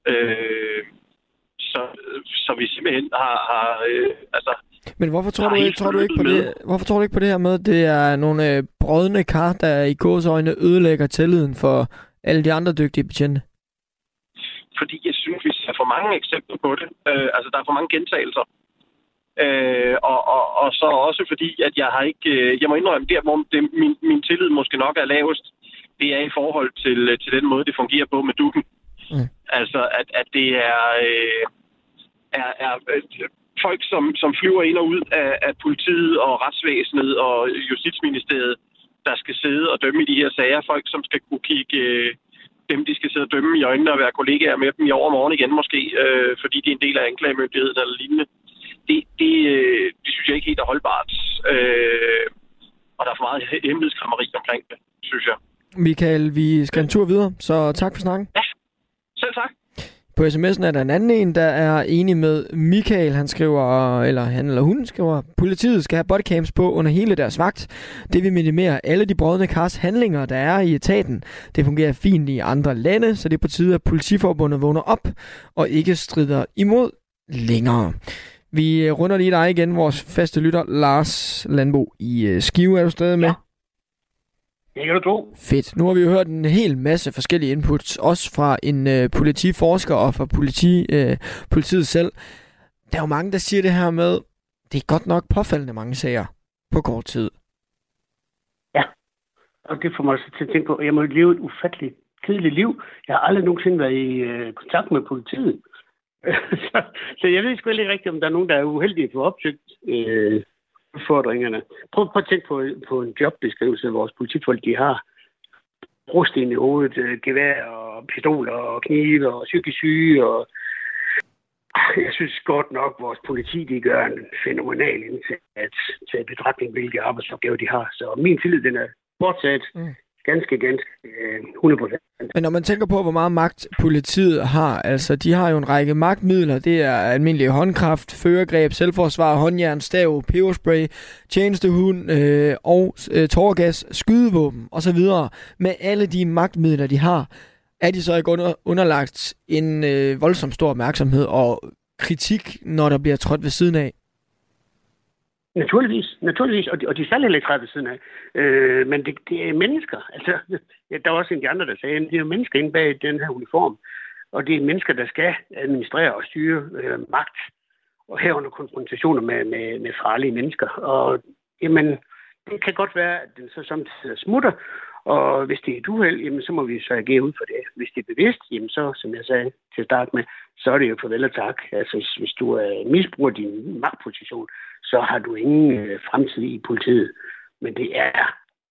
Så vi simpelthen har men hvorfor tror du ikke på det her med, at det er nogle brodne kar, der i gåseøjne ødelægger tilliden for alle de andre dygtige betjente? Fordi jeg synes, vi ser for mange eksempler på det. Der er for mange gentagelser. Og så også fordi, at jeg må indrømme, der hvor min tillid måske nok er lavest, det er i forhold til den måde, det fungerer på med dukken. Mm. Altså, at det er folk, som flyver ind og ud af politiet og retsvæsenet og Justitsministeriet, der skal sidde og dømme i de her sager. Folk, som skal kunne kigge dem, de skal sidde og dømme i øjnene og være kollegaer med dem i overmorgen igen måske, fordi de er en del af anklagemyndigheden eller lignende. Det synes jeg ikke helt er holdbart. Og der er for meget hemmelighedskræmmeri omkring det, synes jeg. Michael, vi skal en tur videre, så tak for snakken. Ja, selv tak. På sms'en er der en anden en, der er enig med Michael. Han skriver, eller han eller hun skriver, politiet skal have bodycams på under hele deres vagt. Det vil minimere alle de brodne kars handlinger, der er i etaten. Det fungerer fint i andre lande, så det er på tide, at politiforbundet vågner op og ikke strider imod længere. Vi runder lige dig igen, vores faste lytter, Lars Landbo i Skive. Er du stadig med? Ja, kan du tro. Fedt. Nu har vi jo hørt en hel masse forskellige inputs, også fra en politiforsker og fra politiet selv. Der er jo mange, der siger det her med, det er godt nok påfaldende mange sager på kort tid. Ja, og det får mig også til at tænke på, at jeg må leve et ufatteligt kedeligt liv. Jeg har aldrig nogensinde været i kontakt med politiet. Så jeg ved sgu ikke rigtigt, om der er nogen, der er uheldige for opsøgt udfordringerne. Prøv at tænke på en jobbeskrivelse, vores politifolk de har. Brosten i hovedet, gevær og pistoler og knive og psykisk syge. Og jeg synes godt nok, at vores politi de gør en fænomenal indsats til at betragtning, hvilke arbejdsopgaver de har. Så min tillid, den er fortsat ganske 100%. Men når man tænker på, hvor meget magt politiet har, altså de har jo en række magtmidler. Det er almindelig håndkraft, førergreb, selvforsvar, håndjern, stav, peberspray, tjenestehund og tåregas, skydevåben osv. Med alle de magtmidler, de har, er de så ikke underlagt en voldsom stor opmærksomhed og kritik, når der bliver trådt ved siden af? Naturligvis, og de skal ikke træde ved siden af. Men det er mennesker. Altså, der var også en af de andre, der sagde, at det er mennesker inde bag den her uniform. Og det er mennesker, der skal administrere og styre magt, og herunder konfrontationer med farlige mennesker. Og jamen, det kan godt være, at den så samtidig smutter, og hvis det er et uheld, jamen, så må vi så agere ud for det. Hvis det er bevidst, jamen, så, som jeg sagde til at starte med, så er det jo farvel og tak. Altså, hvis du misbruger din magtposition, så har du ingen fremtid i politiet. Men det er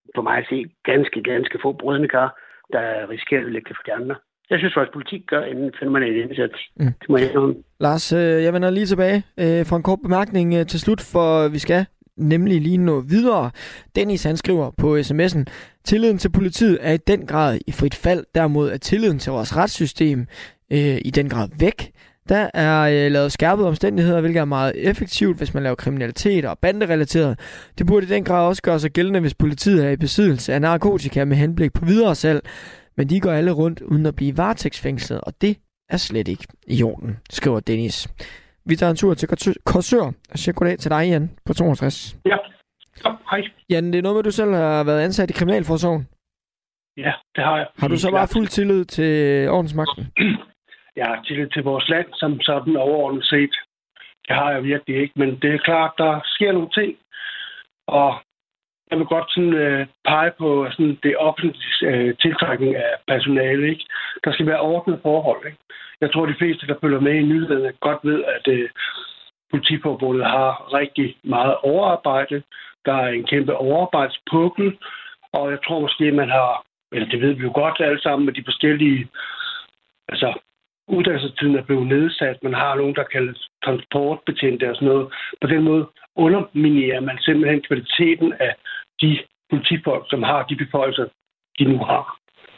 på mig at se ganske få brødende kar, der risikerer at lægge det for de andre. Jeg synes faktisk, at politik gør en fænomenal indsats. Det må jeg ikke. Lars, jeg vender lige tilbage for en kort bemærkning til slut, for vi skal nemlig lige nå videre. Dennis, han skriver på sms'en: tilliden til politiet er i den grad i frit fald. Derimod er tilliden til vores retssystem i den grad væk. Der er lavet skærpede omstændigheder, hvilket er meget effektivt, hvis man laver kriminalitet og banderelateret. Det burde i den grad også gøre sig gældende, hvis politiet er i besiddelse af narkotika med henblik på videre salg. Men de går alle rundt uden at blive varetægtsfængslet, og det er slet ikke i orden, skriver Dennis. Vi tager en tur til Korsør og siger goddag til dig, Jan, på 62. Ja, hej. Jan, det er noget med, at du selv har været ansat i Kriminalforsorgen. Ja, det har jeg. Har du så bare fuld tillid til ordensmagten? Jeg har tillid til vores land som sådan overordnet set. Det har jeg virkelig ikke, men det er klart, der sker nogle ting. Og jeg vil godt sådan, pege på sådan, det offentlige tiltrækning af personale. Ikke? Der skal være ordnede forhold. Ikke? Jeg tror, de fleste, der følger med i nyhederne, godt ved, at politiforbundet har rigtig meget overarbejde. Der er en kæmpe overarbejdspukkel. Og jeg tror måske, man har, eller det ved vi jo godt alle sammen, med de forskellige, altså uddannelsestiden er blevet nedsat. Man har nogen, der kaldes transportbetjente og sådan noget. På den måde underminerer man simpelthen kvaliteten af de politifolk, som har de beføjelser, de nu har.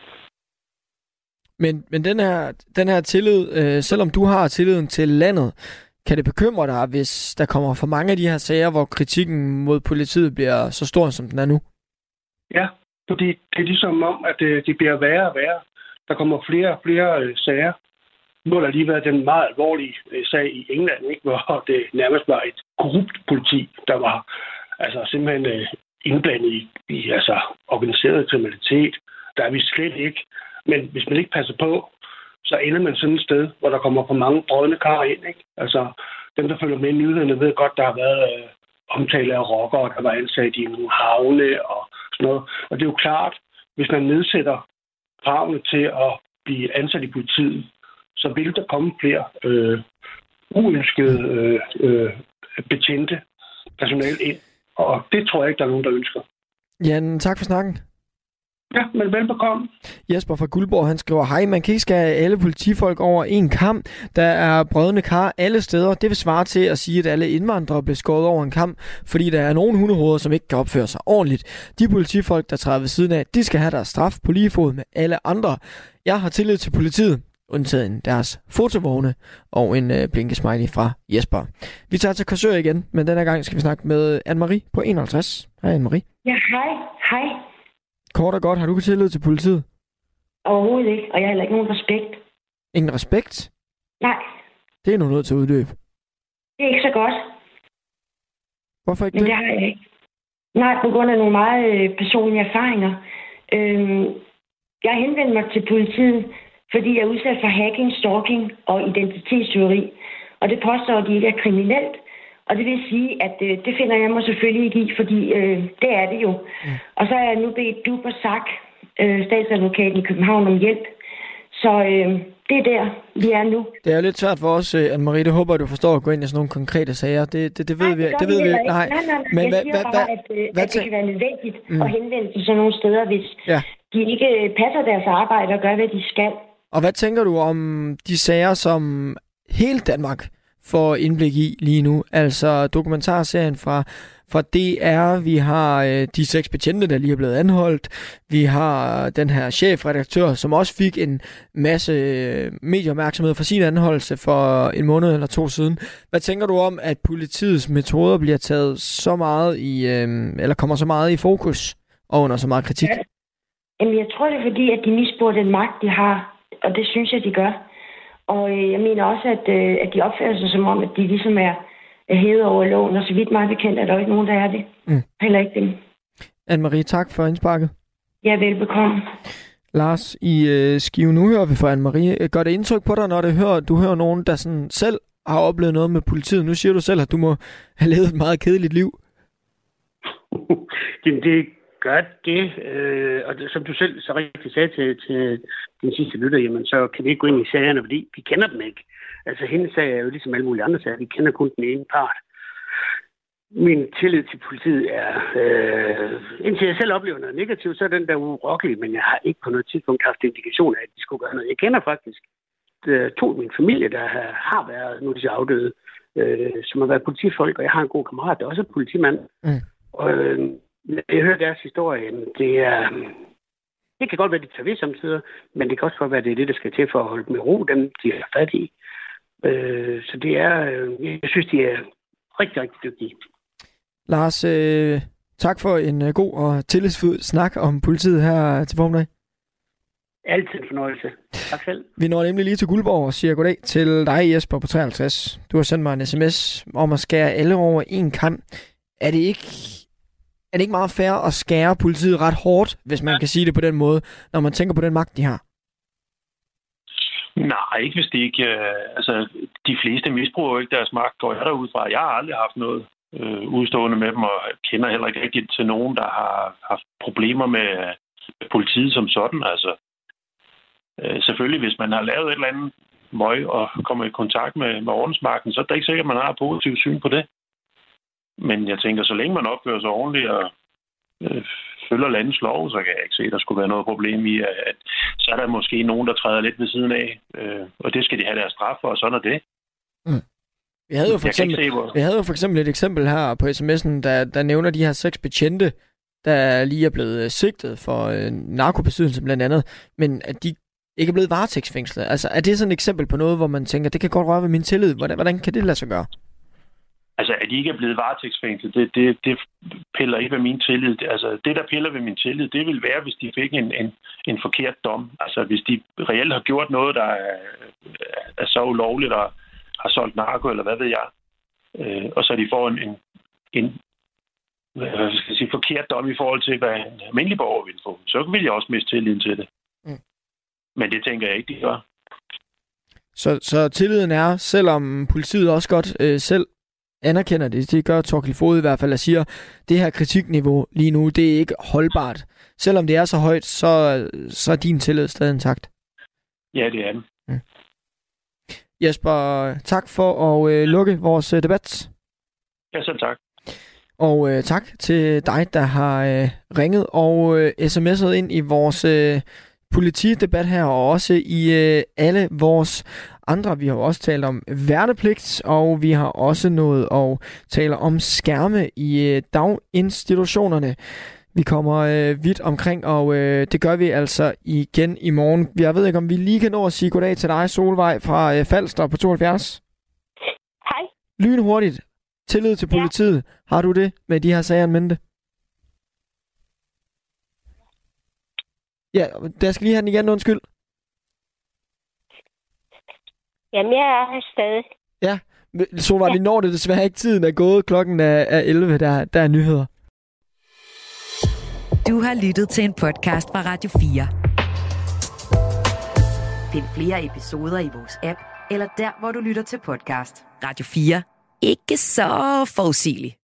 Men den her tillid, selvom du har tilliden til landet, kan det bekymre dig, hvis der kommer for mange af de her sager, hvor kritikken mod politiet bliver så stor, som den er nu? Ja, fordi det er ligesom om, at det bliver værre og værre. Der kommer flere og flere sager. Nu har der lige været den meget alvorlige sag i England, ikke, hvor det nærmest var et korrupt politi, der var altså simpelthen indblandet i altså organiseret kriminalitet. Der er vi slet ikke. Men hvis man ikke passer på, så ender man sådan et sted, hvor der kommer for mange brodne kar ind. Ikke? Altså, dem, der følger med i nyhederne, ved godt, der har været omtale af rockere, der var ansat i nogle havne og sådan noget. Og det er jo klart, hvis man nedsætter kravene til at blive ansat i politiet, så vil der komme flere uønskede betjente personale ind. Og det tror jeg ikke, der er nogen, der ønsker. Jan, tak for snakken. Ja, men velbekomme. Jesper fra Guldborg, han skriver: hej, man kan ikke skære alle politifolk over en kam. Der er brodne kar alle steder. Det vil svare til at sige, at alle indvandrere bliver skåret over en kam, fordi der er nogle hundehoveder, som ikke kan opføre sig ordentligt. De politifolk, der træder ved siden af, de skal have deres straf på lige fod med alle andre. Jeg har tillid til politiet, undtagen deres fotovogne, og en blinkesmiley fra Jesper. Vi tager til Korsør igen, men denne gang skal vi snakke med Anne-Marie på 51. Hej, Anne-Marie. Ja, hej. Kort og godt, har du tillid til politiet? Overhovedet ikke, og jeg har heller ikke nogen respekt. Ingen respekt? Nej. Det er nu nødt til at udløbe. Det er ikke så godt. Hvorfor ikke men det har jeg ikke. Nej, på grund af nogle meget personlige erfaringer. Jeg har henvendt mig til politiet, fordi jeg er udsat for hacking, stalking og identitetstyveri. Og det påstår, at de ikke er kriminelt. Og det vil sige, at det finder jeg mig selvfølgelig ikke i, fordi det er det jo. Og så har jeg nu bedt DUP og SAK, statsadvokaten i København, om hjælp. Så det er der, vi er nu. Det er jo lidt svært for os, Anne-Marie. Det håber du forstår at gå ind i sådan nogle konkrete sager. Det ved vi. Det ved vi ikke. Nej. Men jeg siger bare, at det kan være nødvendigt at henvende sig sådan nogle steder, hvis de ikke passer deres arbejde og gør, hvad de skal. Og hvad tænker du om de sager, som hele Danmark får indblik i lige nu? Altså dokumentarserien fra DR, vi har de 6 betjente, der lige er blevet anholdt. Vi har den her chefredaktør, som også fik en masse medieopmærksomhed for sin anholdelse for en måned eller 2 siden. Hvad tænker du om, at politiets metoder bliver taget så meget i, eller kommer så meget i fokus og under så meget kritik? Ja. Jamen, jeg tror, det er fordi, at de misbruger den magt, de har, og det synes jeg, de gør. Og jeg mener også, at de opfører sig som om, at de ligesom er hævet over loven, og så vidt mig bekendt, er der ikke nogen, der er det. Heller ikke dem. Anne-Marie, tak for indsparket. Ja, velbekomme. Lars, i Skive, nu hører vi fra Anne-Marie. Gør det indtryk på dig, når du hører nogen, der sådan selv har oplevet noget med politiet? Nu siger du selv, at du må have levet et meget kedeligt liv. Jamen, det gør det, og det, som du selv så rigtig sagde til den sidste lytter, jamen, så kan vi ikke gå ind i sagerne, fordi vi kender dem ikke. Altså, hendes sag er jo ligesom alle mulige andre sager. Vi kender kun den ene part. min tillid til politiet er, indtil jeg selv oplever noget negativt, så er den der urokkelig, men jeg har ikke på noget tidspunkt haft indikationer af, at de skulle gøre noget. Jeg kender faktisk to af min familie, der har været, nu er de så afdøde, som har været politifolk, og jeg har en god kammerat, der også er politimand. Og jeg hører deres historie, det kan godt være, de tager ved samtidig, men det kan også godt være, det er det, der skal til for at holde dem i ro, dem de er fat i. Så det er, jeg synes, de er rigtig, rigtig dygtige. Lars, tak for en god og tillidsfuld snak om politiet her til formiddag. Altid en fornøjelse. Tak selv. Vi når nemlig lige til Guldborg og siger goddag til dig, Jesper, på 53. Du har sendt mig en sms om at skære alle over en kam. Er det ikke meget fair at skære politiet ret hårdt, hvis man kan sige det på den måde, når man tænker på den magt, de har? Nej, ikke hvis de ikke... de fleste misbruger ikke deres magt, går jeg derudfra. Jeg har aldrig haft noget udstående med dem, og kender heller ikke rigtig til nogen, der har haft problemer med politiet som sådan. Altså, selvfølgelig, hvis man har lavet et eller andet møg og kommer i kontakt med ordensmagten, så er det ikke sikkert, at man har et positivt syn på det. Men jeg tænker, så længe man opfører sig ordentligt og følger landets lov, så kan jeg ikke se, at der skulle være noget problem i, at så er der måske nogen, der træder lidt ved siden af, og det skal de have deres straf for, og sådan er det. Vi havde jo for eksempel et eksempel her på sms'en, der nævner de her 6 betjente, der lige er blevet sigtet for narkobesiddelse blandt andet, men at de ikke er blevet varetægtsfængslet. Altså, er det sådan et eksempel på noget, hvor man tænker, det kan godt røre ved min tillid? Hvordan kan det lade sig gøre? Altså, at de ikke er blevet varetægtsfængslet, det piller ikke ved min tillid. Altså, det, der piller ved min tillid, det vil være, hvis de fik en forkert dom. Altså, hvis de reelt har gjort noget, der er så ulovligt, og har solgt narko, eller hvad ved jeg, og så de får en forkert dom i forhold til, hvad en almindelig borger vil få, så vil jeg også miste tilliden til det. Men det tænker jeg ikke, de gør. Så tilliden er, selvom politiet også godt selv anerkender det gør Torkild Foged i hvert fald, og siger, det her kritikniveau lige nu, det er ikke holdbart. Selvom det er så højt, så er din tillid stadig intakt. Ja, det er den. Jesper, tak for at lukke vores debat. Ja, så tak. Og tak til dig, der har ringet og sms'et ind i vores politidebat her, og også i alle vores andre. Vi har også talt om værnepligt, og vi har også nået at tale om skærme i daginstitutionerne. Vi kommer vidt omkring, og det gør vi altså igen i morgen. Jeg ved ikke, om vi lige kan nå at sige goddag til dig, Solvej fra Falster på 72. Hej. Lynhurtigt. Tillid til politiet. Ja. Har du det med de her sager en mente? Ja, der skal lige have den igen, undskyld. Jamen, jeg er her stadig. Ja, Solvej, vi når det desværre ikke. Tiden er gået. Klokken er 11, der er nyheder. Du har lyttet til en podcast fra Radio 4. Find flere episoder i vores app, eller der, hvor du lytter til podcast. Radio 4. Ikke så forudsigeligt.